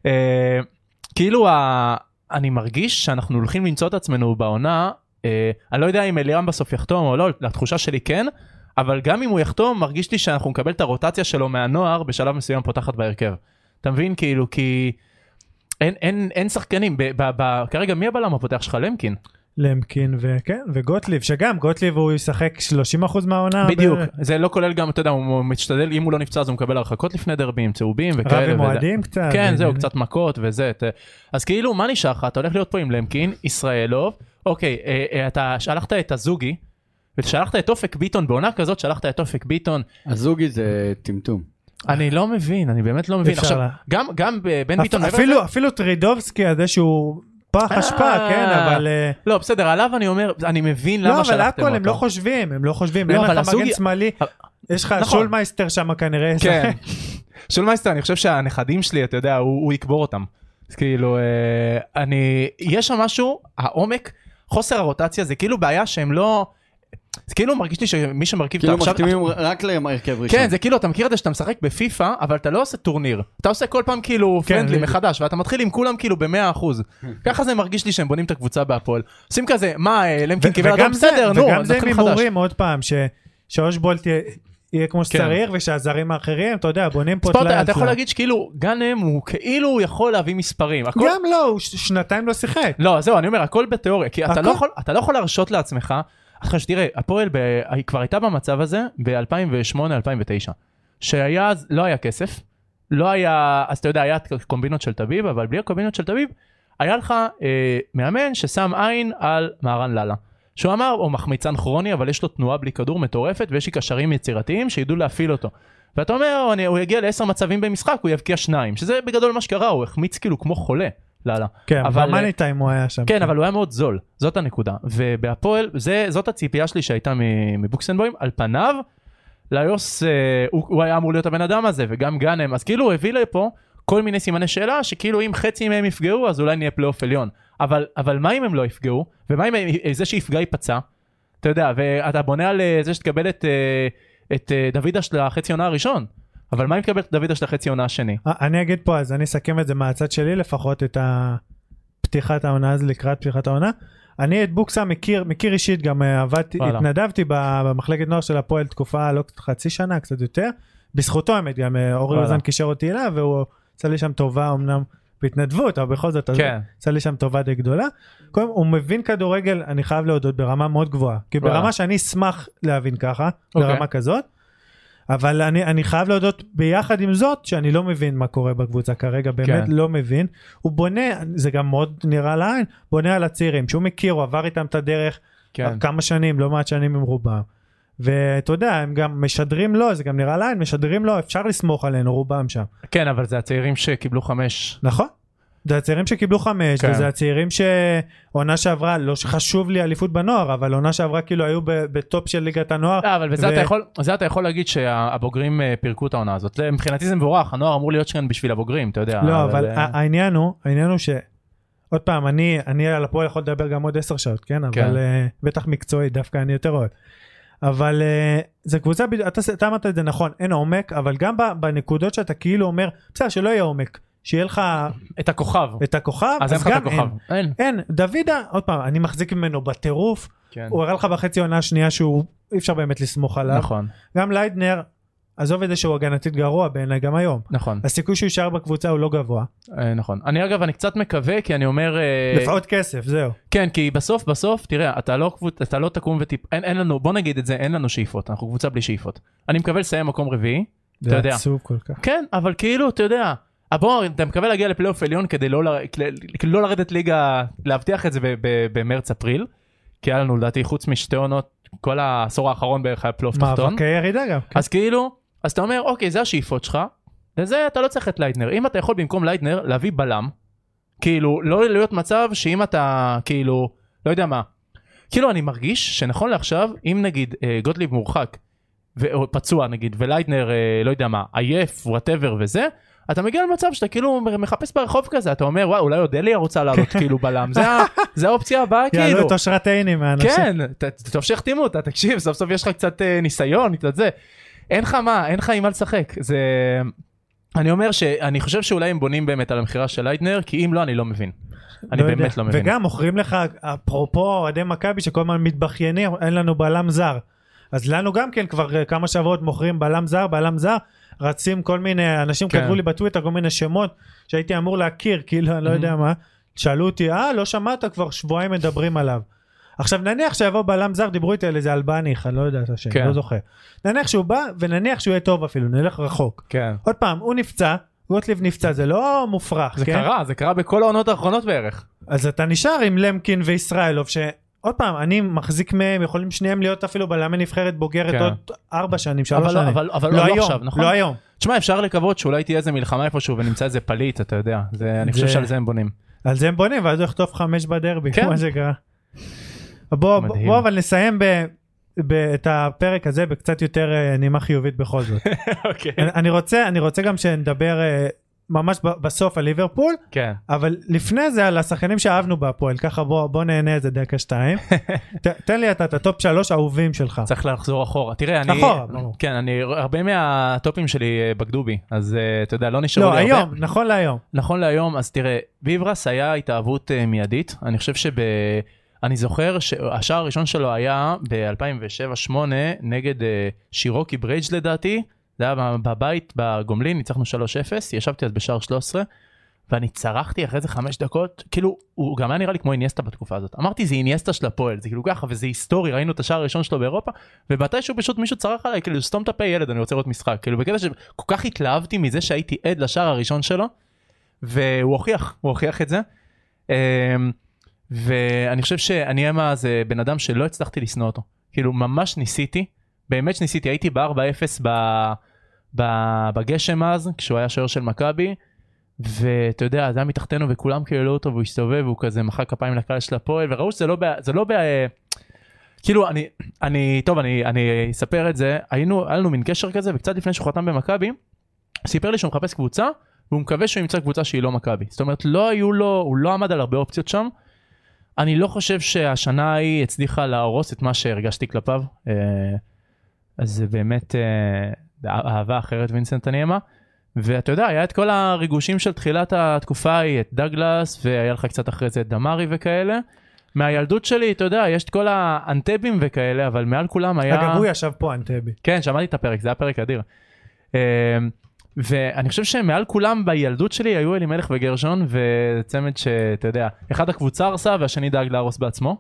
כאילו, אני מרגיש שאנחנו הולכים למצוא את עצמנו בעונה, אני לא יודע אם אלירם בסוף יחתום או לא, לתחושה שלי כן, אבל גם אם הוא יחתום, מרגיש לי שאנחנו נקבל את הרוטציה שלו מהנוער בשלב מסוים פותחת בהרכב. אתה מבין? כאילו, כי אין, אין, אין שחקנים. ב, ב, ב, כרגע מי הבלם הפותח שלך? למקין. למקין וכן, וגוטליב, שגם גוטליב הוא ישחק שלושים אחוז מהעונה. בדיוק. ב... זה לא כולל גם, אתה יודע, הוא משתדל, אם הוא לא נפצע, אז הוא מקבל הרחקות לפני דרבים, צהובים וכאלה. רבי מועדים וזה... קצת. כן, זהו, קצת מכות וזה. אז כאילו, מה נשאר לך? אתה הולך להיות פה עם למקין, ישראלוב. אוקיי, אתה שלחת את הזוגי, ושלחת את אופק ביטון, בעונה כזאת שלחת את אופק ביטון. הזוגי זה טמטום. אני לא מבין, אני באמת לא מבין. עכשיו, גם, גם בן ביטון... אפילו, אפילו טרידובסקי הזה שהוא פח השפעה, כן, אבל... לא, בסדר, עליו אני אומר, אני מבין למה שלחתם אותו. לא, אבל הכל, הם לא חושבים, הם לא חושבים. אין לך מגן שמאלי, יש לך שולמייסטר שם כנראה. כן, שולמייסטר, אני חושב שהנכדים שלי, אתה יודע, הוא יקבור אותם. אז כאילו, אני... יש שם משהו, העומק, חוסר הרוטציה, זה כאילו בעיה שהם לא... זה כאילו מרגיש לי שמי שמרכיב כאילו מחתימים רק להרכב ראשון. כן, זה כאילו אתה מכיר את זה שאתה משחק בפיפא, אבל אתה לא עושה טורניר. אתה עושה כל פעם כאילו פרנדלי מחדש, ואתה מתחיל עם כולם כאילו ב-מאה אחוז. ככה זה מרגיש לי שהם בונים את הקבוצה בהפועל. עושים כזה, מה, למקין קיבל אדום בסדר, נו, וגם זה ממורים עוד פעם, שאושבולט יהיה כמו שצריך, ושהזרים האחרים, אתה יודע, בונים פה... אתה יכול להגיד שכאילו, גאנם הוא כאילו יכול להביא מספרים. גם לא, הוא שנתיים לא שיחק. לא, זהו, אני אומר, הכל בתיאוריה, כי אתה לא יכול להרשות לעצמך אחרי שתראה, הפועל ב... היא כבר הייתה במצב הזה ב-אלפיים ושמונה אלפיים ותשע, שהיה, לא היה כסף, לא היה, אז אתה יודע, היה קומבינות של טביב, אבל בלי הקומבינות של טביב, היה לך אה, מאמן ששם עין על מהרן ללה, שהוא אמר, הוא מחמיצן כרוני, אבל יש לו תנועה בלי כדור מטורפת, ויש לי קשרים יצירתיים שידעו להפעיל אותו. ואתה אומר, אני, הוא יגיע לעשר מצבים במשחק, הוא יבקיע שניים, שזה בגדול מה שקרה, הוא החמיץ כאילו כמו חולה. לא, לא. כן, אבל מאני טיים הוא היה שם. כן, אבל הוא היה מאוד זול, זאת הנקודה. ובהפועל, זה, זאת הציפייה שלי שהייתה מבוקסנבוים, על פניו, ליוס, הוא, הוא היה אמור להיות הבן אדם הזה, וגם גאנם, אז כאילו הוא הביא לפה כל מיני סימני שאלה, שכאילו אם חצי מהם יפגעו, אז אולי נהיה פלייאוף עליון. אבל, אבל מה אם הם לא יפגעו? ומה אם זה שיפגע ייפצע? אתה יודע, ואתה בונה על זה שתקבל את, את דוידה של החצי עונה הראשון. אבל מה אם קבל את דוידה של החצי עונה השני? אני אגיד פה, אז אני אסכם את זה מהצד שלי לפחות, את פתיחת העונה הזו לקראת פתיחת העונה. אני את בוקסה מכיר, מכיר אישית, גם עבדתי, התנדבתי במחלקת נוער של הפועל תקופה, לא חצי שנה, קצת יותר, בזכותו האמת, גם אורי אוזן קישר אותי אליו, והוא עשה לי שם טובה אמנם בהתנדבות, אבל בכל זאת, כן. עשה לי שם טובה די גדולה. קודם, הוא מבין כדורגל, אני חייב להודות, ברמה מאוד גבוהה. כי וואלה. ברמה שאני אשמח להבין ככה, אוקיי. ברמה כזאת, אבל אני, אני חייב להודות ביחד עם זאת, שאני לא מבין מה קורה בקבוצה כרגע, באמת כן. לא מבין. הוא בונה, זה גם מאוד נראה לעין, בונה על הצעירים, שהוא מכיר, הוא עבר איתם את הדרך, כן. כמה שנים, לא מעט שנים עם רובם. ואתה יודע, הם גם משדרים לו, זה גם נראה לעין, משדרים לו, אפשר לסמוך עלינו, רובם שם. כן, אבל זה הצעירים שקיבלו חמש. נכון? זה הצעירים שקיבלו חמש, כן. וזה הצעירים שעונה שעברה, לא שחשוב לי אליפות בנוער, אבל עונה שעברה כאילו היו ב- בטופ של ליגת הנוער. אה, אבל בזה ו- אתה יכול, זה אתה יכול להגיד שהבוגרים אה, פירקו את העונה הזאת. זה, מבחינתי זה מבורך, הנוער אמור להיות כאן בשביל הבוגרים, אתה יודע. לא, אבל אה, ה- העניין הוא, העניין הוא ש... עוד פעם, אני, אני על הפועל יכול לדבר גם עוד עשר שעות, כן? כן. אבל uh, בטח מקצועי, דווקא אני יותר אוהב. אבל uh, זה קבוצה, בדיוק- אתה, אתה אמרת את זה נכון, אין עומק, אבל גם ב- בנקודות שאתה כאילו אומר, בסדר, שלא יהיה עומק, שיהיה לך את הכוכב. את הכוכב, אז אין לך את גם הכוכב. אין. אין. אין, דוידה, עוד פעם, אני מחזיק ממנו בטירוף, כן. הוא הראה לך בחצי עונה השנייה שהוא, אי אפשר באמת לסמוך עליו. נכון, גם ליידנר, עזוב את זה שהוא הגנתית גרוע בעיניי גם היום. נכון, הסיכוי שהוא יישאר בקבוצה הוא לא גבוה. אה, נכון. אני אגב, אני קצת מקווה, כי אני אומר... אה, לפחות כסף, זהו. כן, כי בסוף, בסוף, תראה, אתה לא, קבוצ... אתה לא תקום וטיפ... אין, אין לנו, בוא נגיד את זה, אין לנו שאיפות, אנחנו קבוצה בלי שאיפות. אני מקווה לסיים מקום רביעי, אתה זה יודע. עצוב כל כך. כן, אבל כאילו, אתה יודע, בוא, אתה מקווה להגיע לפלייאוף עליון כדי לא, ל... לא לרדת ליגה, להבטיח את זה במרץ-אפריל, כי היה לנו, לדעתי, חוץ משתי עונות, כל העשור האחרון בערך היה פלייאוף תחתון. מאבקי ירידה גם. אז כאילו, אז אתה אומר, אוקיי, זה השאיפות שלך, לזה אתה לא צריך את ליידנר. אם אתה יכול במקום ליידנר להביא בלם, כאילו, לא להיות מצב שאם אתה, כאילו, לא יודע מה, כאילו אני מרגיש שנכון לעכשיו, אם נגיד אה, גוטליב מורחק, ו- או פצוע נגיד, וליידנר, אה, לא יודע מה, עייף, וואטאבר וזה, אתה מגיע למצב שאתה כאילו מחפש ברחוב כזה, אתה אומר, וואי, אולי עוד אליה רוצה לעלות כאילו בלם, זה, ה- זה האופציה הבאה כאילו. יעלו את אושרת עיני מהאנשים. כן, ת- טוב שהחתימו אותה, תקשיב, סוף סוף יש לך קצת אה, ניסיון, קצת זה. אין לך מה, אין לך עם מה לשחק. זה... אני אומר שאני חושב שאולי הם בונים באמת על המחירה של ליידנר, כי אם לא, אני לא מבין. אני לא באמת יודע. לא מבין. וגם מוכרים לך, אפרופו אוהדי מכבי שכל הזמן מתבכיינים, אין לנו בלם זר. אז לנו גם כן כבר כמה שבועות מוכרים בלם זר, בלם זר, רצים כל מיני, אנשים כן. כתבו לי בטוויטר כל מיני שמות שהייתי אמור להכיר, כאילו אני לא יודע מה, שאלו אותי, אה, לא שמעת, כבר שבועיים מדברים עליו. עכשיו נניח שיבוא בלם זר, דיברו איתי על איזה אלבניך, אני לא יודע את השם, כן. לא זוכר. נניח שהוא בא, ונניח שהוא יהיה טוב אפילו, נלך רחוק. כן. עוד פעם, הוא נפצע, גוטליב נפצע, זה לא מופרך, זה כן? קרה, זה קרה בכל העונות האחרונות בערך. אז אתה נשאר עם למקין וישראלוב, שעוד פעם, אני מחזיק מהם, יכולים שניהם להיות אפילו בלמי נבחרת בוגרת כן. עוד ארבע שנים, שלוש אבל, שנים. אבל, אבל לא לא, היום, עכשיו, נכון? לא היום. תשמע, אפשר לקוות שאולי תהיה איזה מלחמה איפשהו ונמצא איזה פליט, אתה יודע. זה, אני חושב זה- שעל זה הם בונים. על זה הם בונים, ואז הוא יחטוף חמש בדרבי, כן. כמו שקרה. בוא, מדהים. בוא אבל נסיים ב, ב, את הפרק הזה בקצת יותר אה, נימה חיובית בכל זאת. אוקיי. אני, אני רוצה, אני רוצה גם שנדבר אה, ממש ב, בסוף על ליברפול, כן. אבל לפני זה על השחקנים שאהבנו בהפועל, ככה בוא, בוא נהנה איזה דקה שתיים. ת, תן לי אתה את הטופ שלוש אהובים שלך. צריך לחזור אחורה. תראה, אני... אחורה, ברור. כן, אני... הרבה מהטופים שלי אה, בגדו בי, אז אה, אתה יודע, לא נשארו לא, לי הרבה. היום, נכון להיום. נכון להיום, אז תראה, ביברס היה התאהבות uh, מיידית, אני חושב שב... אני זוכר שהשער הראשון שלו היה ב-אלפיים ושבע שמונה נגד uh, שירוקי ברייג' לדעתי, זה היה בבית בגומלין, ניצחנו שלוש אפס, ישבתי אז בשער שלוש עשרה, ואני צרחתי אחרי זה חמש דקות, כאילו, הוא גם היה נראה לי כמו אינייסטה בתקופה הזאת. אמרתי, זה אינייסטה של הפועל, זה כאילו ככה, וזה היסטורי, ראינו את השער הראשון שלו באירופה, ומתישהו פשוט מישהו צרח עליי, כאילו, סתום את הפה ילד, אני רוצה לראות משחק. כאילו, בקטע שכל כך התלהבתי מזה שהייתי עד לשער הראשון שלו, והוא הוכיח, הוא הוכיח את זה. ואני חושב שאני אמה זה בן אדם שלא הצלחתי לשנוא אותו. כאילו, ממש ניסיתי, באמת שניסיתי, הייתי ב-ארבע אפס בגשם אז, כשהוא היה שוער של מכבי, ואתה יודע, זה היה מתחתנו וכולם כאילו אותו, והוא הסתובב, והוא כזה מחא כפיים לקהל של הפועל, וראו שזה לא, זה לא, כאילו, אני, אני, טוב, אני, אני אספר את זה, היינו, היה לנו מין קשר כזה, וקצת לפני שהוא חתם במכבי, סיפר לי שהוא מחפש קבוצה, והוא מקווה שהוא ימצא קבוצה שהיא לא מכבי. זאת אומרת, לא היו לו, הוא לא עמד על הרבה אופציות שם, אני לא חושב שהשנה היא הצליחה להרוס את מה שהרגשתי כלפיו, אז זה באמת אהבה אחרת וינסנט הניאמה, ואתה יודע, היה את כל הריגושים של תחילת התקופה ההיא, את דגלס, והיה לך קצת אחרי זה את דמרי וכאלה, מהילדות שלי, אתה יודע, יש את כל האנטבים וכאלה, אבל מעל כולם היה... אגב, הוא ישב פה אנטבי. כן, שמעתי את הפרק, זה היה פרק אדיר. ואני חושב שמעל כולם בילדות שלי היו אלימלך וגרשון, וצמד שאתה יודע, אחד הקבוצה הרסה והשני דאג להרוס בעצמו.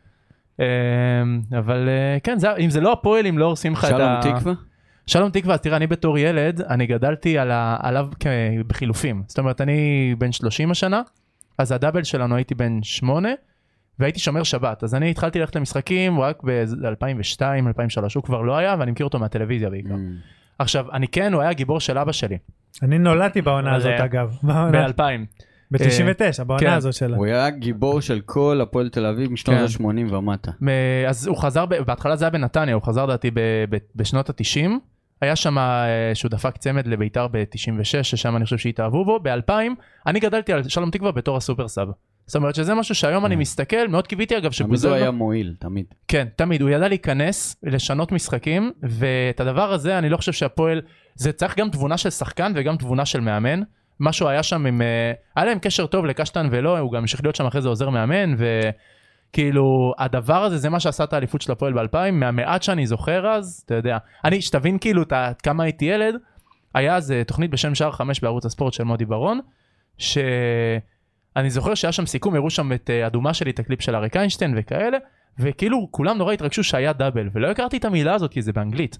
אבל כן, אם זה לא הפועל, אם לא הורסים לך את ה... שלום תקווה? שלום תקווה, אז תראה, אני בתור ילד, אני גדלתי עליו בחילופים. זאת אומרת, אני בן שלושים השנה, אז הדאבל שלנו הייתי בן שמונה, והייתי שומר שבת. אז אני התחלתי ללכת למשחקים רק ב-אלפיים ושתיים אלפיים ושלוש, הוא כבר לא היה, ואני מכיר אותו מהטלוויזיה בעיקר. עכשיו, אני כן, הוא היה גיבור של אבא שלי. אני נולדתי בעונה הזאת, אגב. ב-אלפיים. ב-תשעים ותשע, בעונה הזאת שלה. הוא היה גיבור של כל הפועל תל אביב משנות ה-שמונים ומטה. אז הוא חזר, בהתחלה זה היה בנתניה, הוא חזר דעתי בשנות ה-תשעים, היה שם שהוא דפק צמד לביתר ב-תשעים ושש, ששם אני חושב שהתאהבו בו, ב-אלפיים, אני גדלתי על שלום תקווה בתור הסופר סאב. זאת אומרת שזה משהו שהיום אני מסתכל, מאוד קיוויתי אגב שבוזגלו... תמיד הוא היה מועיל, תמיד. כן, תמיד, הוא ידע להיכנס, לשנות משחקים, ואת הדבר הזה אני לא חושב שהפועל, זה צריך גם תבונה של שחקן וגם תבונה של מאמן, משהו היה שם עם, היה להם קשר טוב לקשטן ולא, הוא גם המשיך להיות שם אחרי זה עוזר מאמן, וכאילו הדבר הזה זה מה שעשה את האליפות של הפועל ב-אלפיים, מהמעט שאני זוכר אז, אתה יודע, אני, שתבין כאילו כמה הייתי ילד, היה אז תוכנית בשם שער חמש בערוץ הספורט של מודי ברון, ש... אני זוכר שהיה שם סיכום, הראו שם את אדומה שלי, את הקליפ של אריק איינשטיין וכאלה, וכאילו כולם נורא התרגשו שהיה דאבל, ולא הכרתי את המילה הזאת כי זה באנגלית.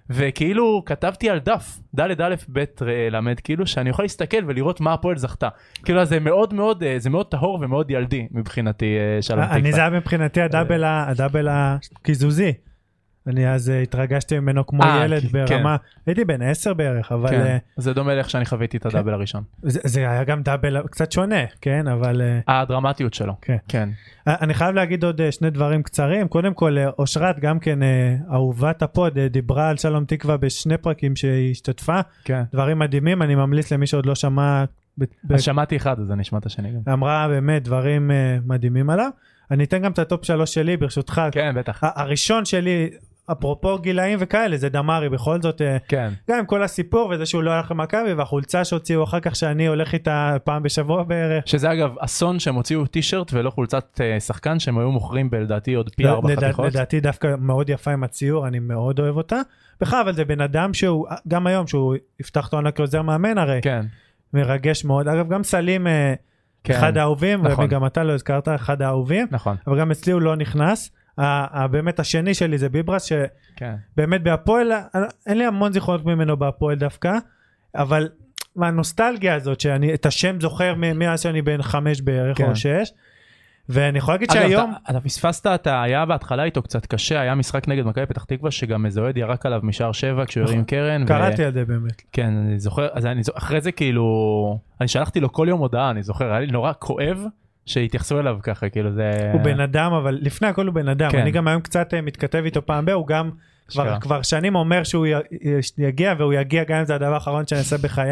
וכאילו כתבתי על דף, ד' א' ב' למד, כאילו שאני יכול להסתכל ולראות מה הפועל זכתה. כאילו זה מאוד מאוד, זה מאוד טהור ומאוד ילדי מבחינתי שלום תקווה. אני זה היה מבחינתי הדאבל, הדאבל הקיזוזי. אני אז התרגשתי ממנו כמו ילד ברמה, הייתי בן עשר בערך, אבל... זה דומה לך שאני חוויתי את הדאבל הראשון. זה היה גם דאבל קצת שונה, כן, אבל... הדרמטיות שלו, כן. אני חייב להגיד עוד שני דברים קצרים, קודם כל, אושרת גם כן, אהובת הפוד, דיברה על שלום תקווה בשני פרקים שהיא השתתפה, דברים מדהימים, אני ממליץ למי שעוד לא שמע... אז שמעתי אחד, אז אני אשמע את השני גם. אמרה באמת דברים מדהימים עליו. אני אתן גם את הטופ שלוש שלי, ברשותך. כן, בטח. הראשון שלי... אפרופו גילאים וכאלה, זה דמרי בכל זאת, כן. גם עם כל הסיפור וזה שהוא לא הולך למכבי, והחולצה שהוציאו אחר כך שאני הולך איתה פעם בשבוע בערך. שזה אגב אסון שהם הוציאו טישרט ולא חולצת שחקן, שהם היו מוכרים בלדעתי עוד פי ארבע חתיכות. לדעתי דווקא מאוד יפה עם הציור, אני מאוד אוהב אותה. בכלל, אבל זה בן אדם שהוא, גם היום שהוא יפתח את העונה כעוזר מאמן הרי, כן. מרגש מאוד. אגב, גם סלים כן. אחד האהובים, נכון. וגם אתה לא הזכרת אחד האהובים, נכון. אבל גם אצלי הוא לא נכנס. באמת השני שלי זה ביברס שבאמת בהפועל אין לי המון זיכרונות ממנו בהפועל דווקא, אבל מהנוסטלגיה הזאת שאני את השם זוכר מאז שאני בן חמש בערך או שש, ואני יכול להגיד שהיום אתה פספסת, אתה היה בהתחלה איתו קצת קשה, היה משחק נגד מכבי פתח תקווה שגם איזה אוהד ירק עליו משער שבע כשהוא הרים קרן, קראתי על זה באמת. כן, אני זוכר, אז אחרי זה כאילו אני שלחתי לו כל יום הודעה, אני זוכר, היה לי נורא כואב שהתייחסו אליו ככה, כאילו זה... הוא בן אדם, אבל לפני הכל הוא בן אדם. אני גם היום קצת מתכתב איתו פעם בה, הוא גם כבר שנים אומר שהוא יגיע, והוא יגיע גם אם זה הדבר האחרון שאני אעשה בחיי.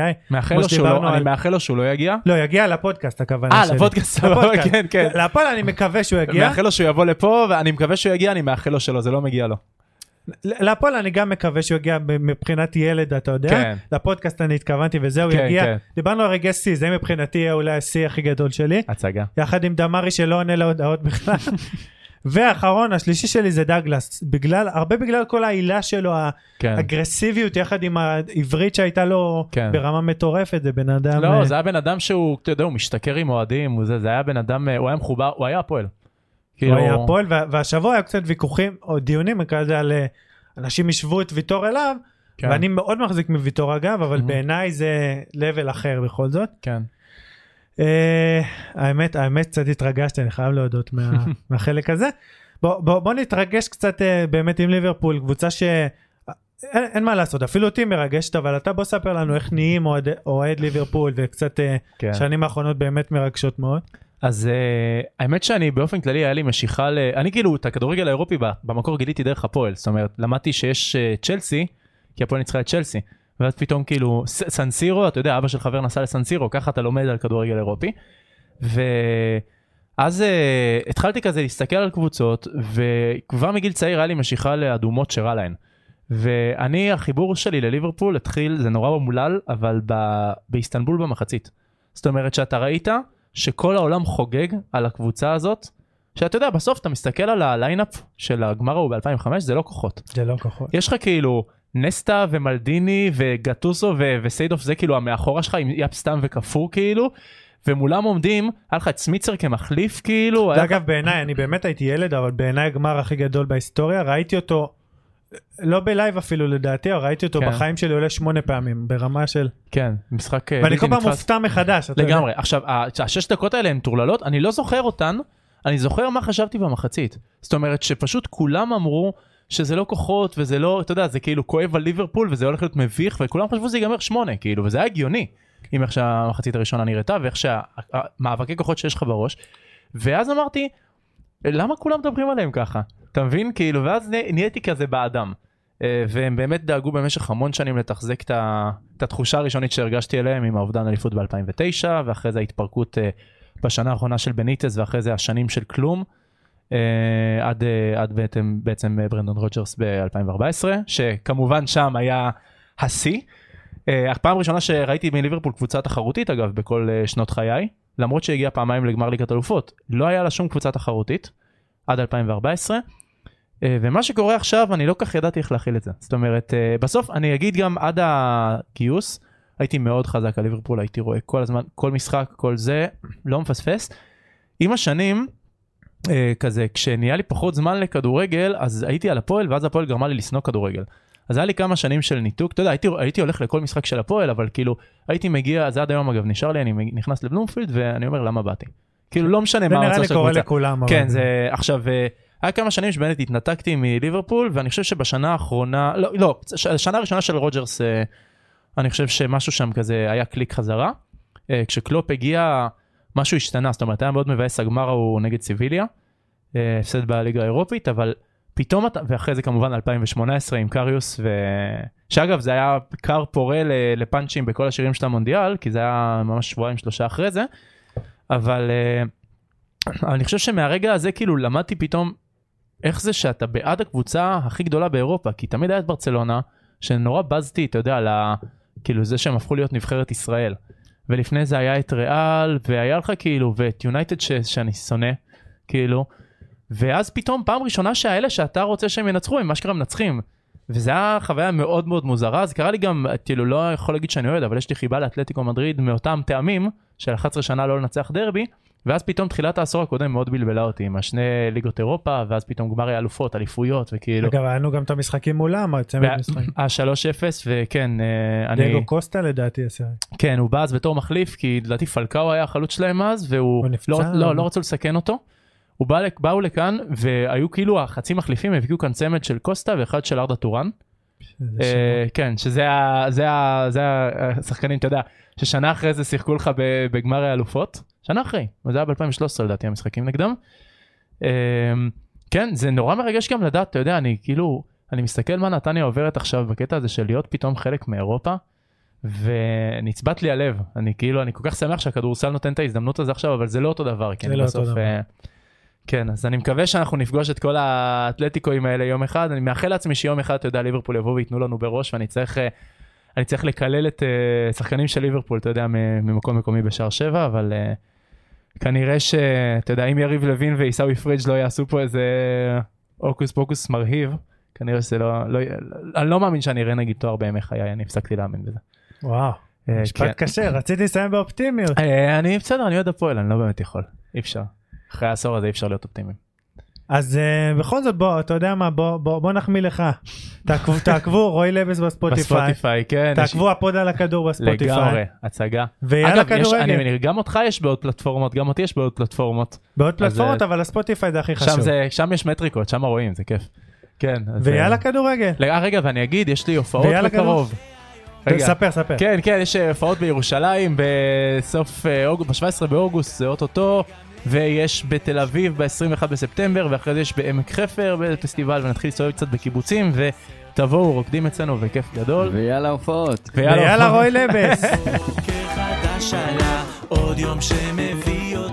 אני מאחל לו שהוא לא יגיע? לא, יגיע לפודקאסט הכוונה שלי. אה, לפודקאסט, כן, כן. לפודקאסט אני מקווה שהוא יגיע. מאחל לו שהוא יבוא לפה, ואני מקווה שהוא יגיע, אני מאחל לו שלא, זה לא מגיע לו. לפועל אני גם מקווה שהוא יגיע מבחינת ילד, אתה יודע, לפודקאסט אני התכוונתי וזהו יגיע, דיברנו על רגע סי, זה מבחינתי אולי הסי הכי גדול שלי, הצגה, יחד עם דמרי שלא עונה להודעות בכלל, והאחרון השלישי שלי זה דגלס, בגלל, הרבה בגלל כל העילה שלו, האגרסיביות יחד עם העברית שהייתה לו ברמה מטורפת, זה בן אדם, לא, זה היה בן אדם שהוא, אתה יודע, הוא משתכר עם אוהדים, זה היה בן אדם, הוא היה מחובר, הוא היה הפועל. הוא היה הפועל, והשבוע היה קצת ויכוחים או דיונים כזה על אנשים ישבו את ויתור אליו, ואני מאוד מחזיק מוויתור אגב, אבל בעיניי זה לבל אחר בכל זאת. כן. האמת, האמת קצת התרגשתי, אני חייב להודות מהחלק הזה. בוא נתרגש קצת באמת עם ליברפול, קבוצה שאין מה לעשות, אפילו אותי מרגשת, אבל אתה בוא ספר לנו איך נהיים אוהד ליברפול, וקצת שנים האחרונות באמת מרגשות מאוד. אז uh, האמת שאני באופן כללי היה לי משיכה ל... אני כאילו את הכדורגל האירופי במקור גיליתי דרך הפועל, זאת אומרת למדתי שיש uh, צ'לסי, כי הפועל ניצחה את צ'לסי, ואז פתאום כאילו סנסירו, אתה יודע, אבא של חבר נסע לסנסירו, ככה אתה לומד על כדורגל אירופי, ואז uh, התחלתי כזה להסתכל על קבוצות, וכבר מגיל צעיר היה לי משיכה לאדומות שרע להן, ואני החיבור שלי לליברפול התחיל, זה נורא מולל, אבל ב- באיסטנבול במחצית, זאת אומרת שאתה ראית שכל העולם חוגג על הקבוצה הזאת, שאתה יודע, בסוף אתה מסתכל על הליינאפ של הגמר ההוא ב-אלפיים וחמש, זה לא כוחות. זה לא כוחות. יש לך כאילו נסטה ומלדיני וגטוסו ו- וסיידוף זה כאילו המאחורה שלך עם יפ סתם וכפור כאילו, ומולם עומדים, היה לך את סמיצר כמחליף כאילו. אגב בעיניי, אני באמת הייתי ילד, אבל בעיניי הגמר הכי גדול בהיסטוריה, ראיתי אותו, לא בלייב אפילו לדעתי, אבל ראיתי אותו בחיים שלי עולה שמונה פעמים, ברמה של... כן, משחק... ואני כל פעם מופתע מחדש. לגמרי. עכשיו, השש דקות האלה הן טורללות, אני לא זוכר אותן, אני זוכר מה חשבתי במחצית. זאת אומרת שפשוט כולם אמרו שזה לא כוחות וזה לא, אתה יודע, זה כאילו כואב על ליברפול וזה הולך להיות מביך, וכולם חשבו שזה ייגמר שמונה, כאילו, וזה היה הגיוני, עם איך שהמחצית הראשונה נראתה, ואיך שהמאבקי כוחות שיש לך בראש. ואז אמרתי, למה כולם מדברים עליהם ככה? אתה מבין? כאילו, ואז נהייתי כזה באדם. והם באמת דאגו במשך המון שנים לתחזק את התחושה הראשונית שהרגשתי אליהם עם האובדן אליפות ב-אלפיים ותשע, ואחרי זה ההתפרקות בשנה האחרונה של בניטס, ואחרי זה השנים של כלום, עד, עד בעצם, בעצם ברנדון רוג'רס ב-אלפיים וארבע עשרה, שכמובן שם היה השיא. הפעם הראשונה שראיתי מליברפול קבוצה תחרותית, אגב, בכל שנות חיי, למרות שהגיע פעמיים לגמר ליגת אלופות, לא היה לה שום קבוצה תחרותית, עד אלפיים וארבע עשרה, ומה שקורה עכשיו, אני לא כך ידעתי איך להכיל את זה. זאת אומרת, בסוף אני אגיד גם עד הגיוס, הייתי מאוד חזק על ליברפול, הייתי רואה כל הזמן, כל משחק, כל זה, לא מפספס. עם השנים, כזה, כשנהיה לי פחות זמן לכדורגל, אז הייתי על הפועל, ואז הפועל גרמה לי לסנוע כדורגל. אז היה לי כמה שנים של ניתוק, אתה יודע, הייתי, הייתי הולך לכל משחק של הפועל, אבל כאילו, הייתי מגיע, אז עד היום אגב נשאר לי, אני נכנס לבלומפילד, ואני אומר, למה באתי? כאילו, לא משנה מה המצב של קורה לכולם. כן, זה, עכשיו, היה כמה שנים שבאמת התנתקתי מליברפול, ואני חושב שבשנה האחרונה, לא, לא, השנה הראשונה של רוג'רס, אני חושב שמשהו שם כזה היה קליק חזרה. כשקלופ הגיע, משהו השתנה, זאת אומרת, היה מאוד מבאס, הגמר הוא נגד סיביליה, הפסד בליגה האירופית, אבל פתאום, ואחרי זה כמובן אלפיים שמונה עשרה עם קריוס, ו... שאגב זה היה קר פורה לפאנצ'ים בכל השירים של המונדיאל, כי זה היה ממש שבועיים שלושה אחרי זה, אבל אני חושב שמהרגע הזה כאילו למדתי פתאום איך זה שאתה בעד הקבוצה הכי גדולה באירופה, כי תמיד היה את ברצלונה, שנורא בזתי, אתה יודע, על ה... כאילו זה שהם הפכו להיות נבחרת ישראל, ולפני זה היה את ריאל, והיה לך כאילו, ואת יונייטד ש... שאני שונא, כאילו, ואז פתאום פעם ראשונה שהאלה שאתה רוצה שהם ינצחו, הם מה שקרה מנצחים, וזה היה חוויה מאוד מאוד מוזרה, זה קרה לי גם, כאילו לא יכול להגיד שאני אוהד, אבל יש לי חיבה לאתלטיקו מדריד מאותם טעמים, של אחת עשרה שנה לא לנצח דרבי, ואז פתאום תחילת העשור הקודם מאוד בלבלה אותי, עם השני ליגות אירופה, ואז פתאום גמרי אלופות, אליפויות, וכאילו... אגב, היינו גם את המשחקים מולם, ה-שלוש אפס, וכן, אני... דייגו קוסטה לדעתי עשרה. כן, הוא בא אז בתור מחליף, כי לדעתי פלקאו היה החלוץ שלהם אז, והוא לא רצו לסכן אותו. הוא בא, באו לכאן, והיו כאילו החצי מחליפים, הביאו כאן צמד של קוסטה, ואחד של ארדה טורן. כן, שזה השחקנים, אתה יודע, ששנה אחרי זה שיחקו לך בגמר האלופות. שנה אחרי, וזה היה ב-אלפיים ושלוש עשרה לדעתי המשחקים נגדם. כן, זה נורא מרגש גם לדעת, אתה יודע, אני כאילו, אני מסתכל מה נתניה עוברת עכשיו בקטע הזה של להיות פתאום חלק מאירופה, ונצבט לי הלב. אני כאילו, אני כל כך שמח שהכדורסל נותן את ההזדמנות הזה עכשיו, אבל זה לא אותו דבר. זה לא אותו דבר. כן, אז אני מקווה שאנחנו נפגוש את כל האתלטיקואים האלה יום אחד. אני מאחל לעצמי שיום אחד, אתה יודע, ליברפול יבוא ויתנו לנו בראש, ואני צריך, אני צריך לקלל את שחקנים של ליברפול, אתה יודע, ממקום מקומי בשער שבע, אבל כנראה ש, אתה יודע, אם יריב לוין ועיסאווי פריג' לא יעשו פה איזה אוקוס פוקוס מרהיב, כנראה שזה לא, לא, אני לא מאמין שאני אראה נגיד תואר בימי חיי, אני הפסקתי להאמין בזה. וואו, משפט קשה, רציתי לסיים באופטימיות. אני בסדר, אני יודע פועל, אני לא באמת יכול, אי אפשר. אחרי העשור הזה אי אפשר להיות אופטימיים. אז uh, בכל זאת בוא, אתה יודע מה, בוא, בוא, בוא נחמיא לך. תעקבו, תעקבו, רוי לבס בספוטיפיי. בספוטיפיי, כן. תעקבו הפוד על הכדור בספוטיפיי. לגמרי, הצגה. ויאללה כדורגל. אני מניח, גם אותך יש בעוד פלטפורמות, גם אותי יש בעוד פלטפורמות. בעוד פלטפורמות, אבל הספוטיפיי זה הכי חשוב. שם, זה, שם יש מטריקות, שם רואים, זה כיף. כן. ויאללה כדורגל. רגע, ואני אגיד, יש לי הופעות בקרוב. ספר, ספר. כן, כן, יש הופעות בירושלים בסוף אוגוסט, ב-שבעה עשר באוגוסט, זה אוטוטו. ויש בתל אביב ב-עשרים ואחד בספטמבר, ואחרי זה יש בעמק חפר בפסטיבל, ונתחיל לסובב קצת בקיבוצים, ותבואו, רוקדים אצלנו, וכיף גדול. ויאללה הופעות. ויאללה רוי לבס. עוד יום שמביא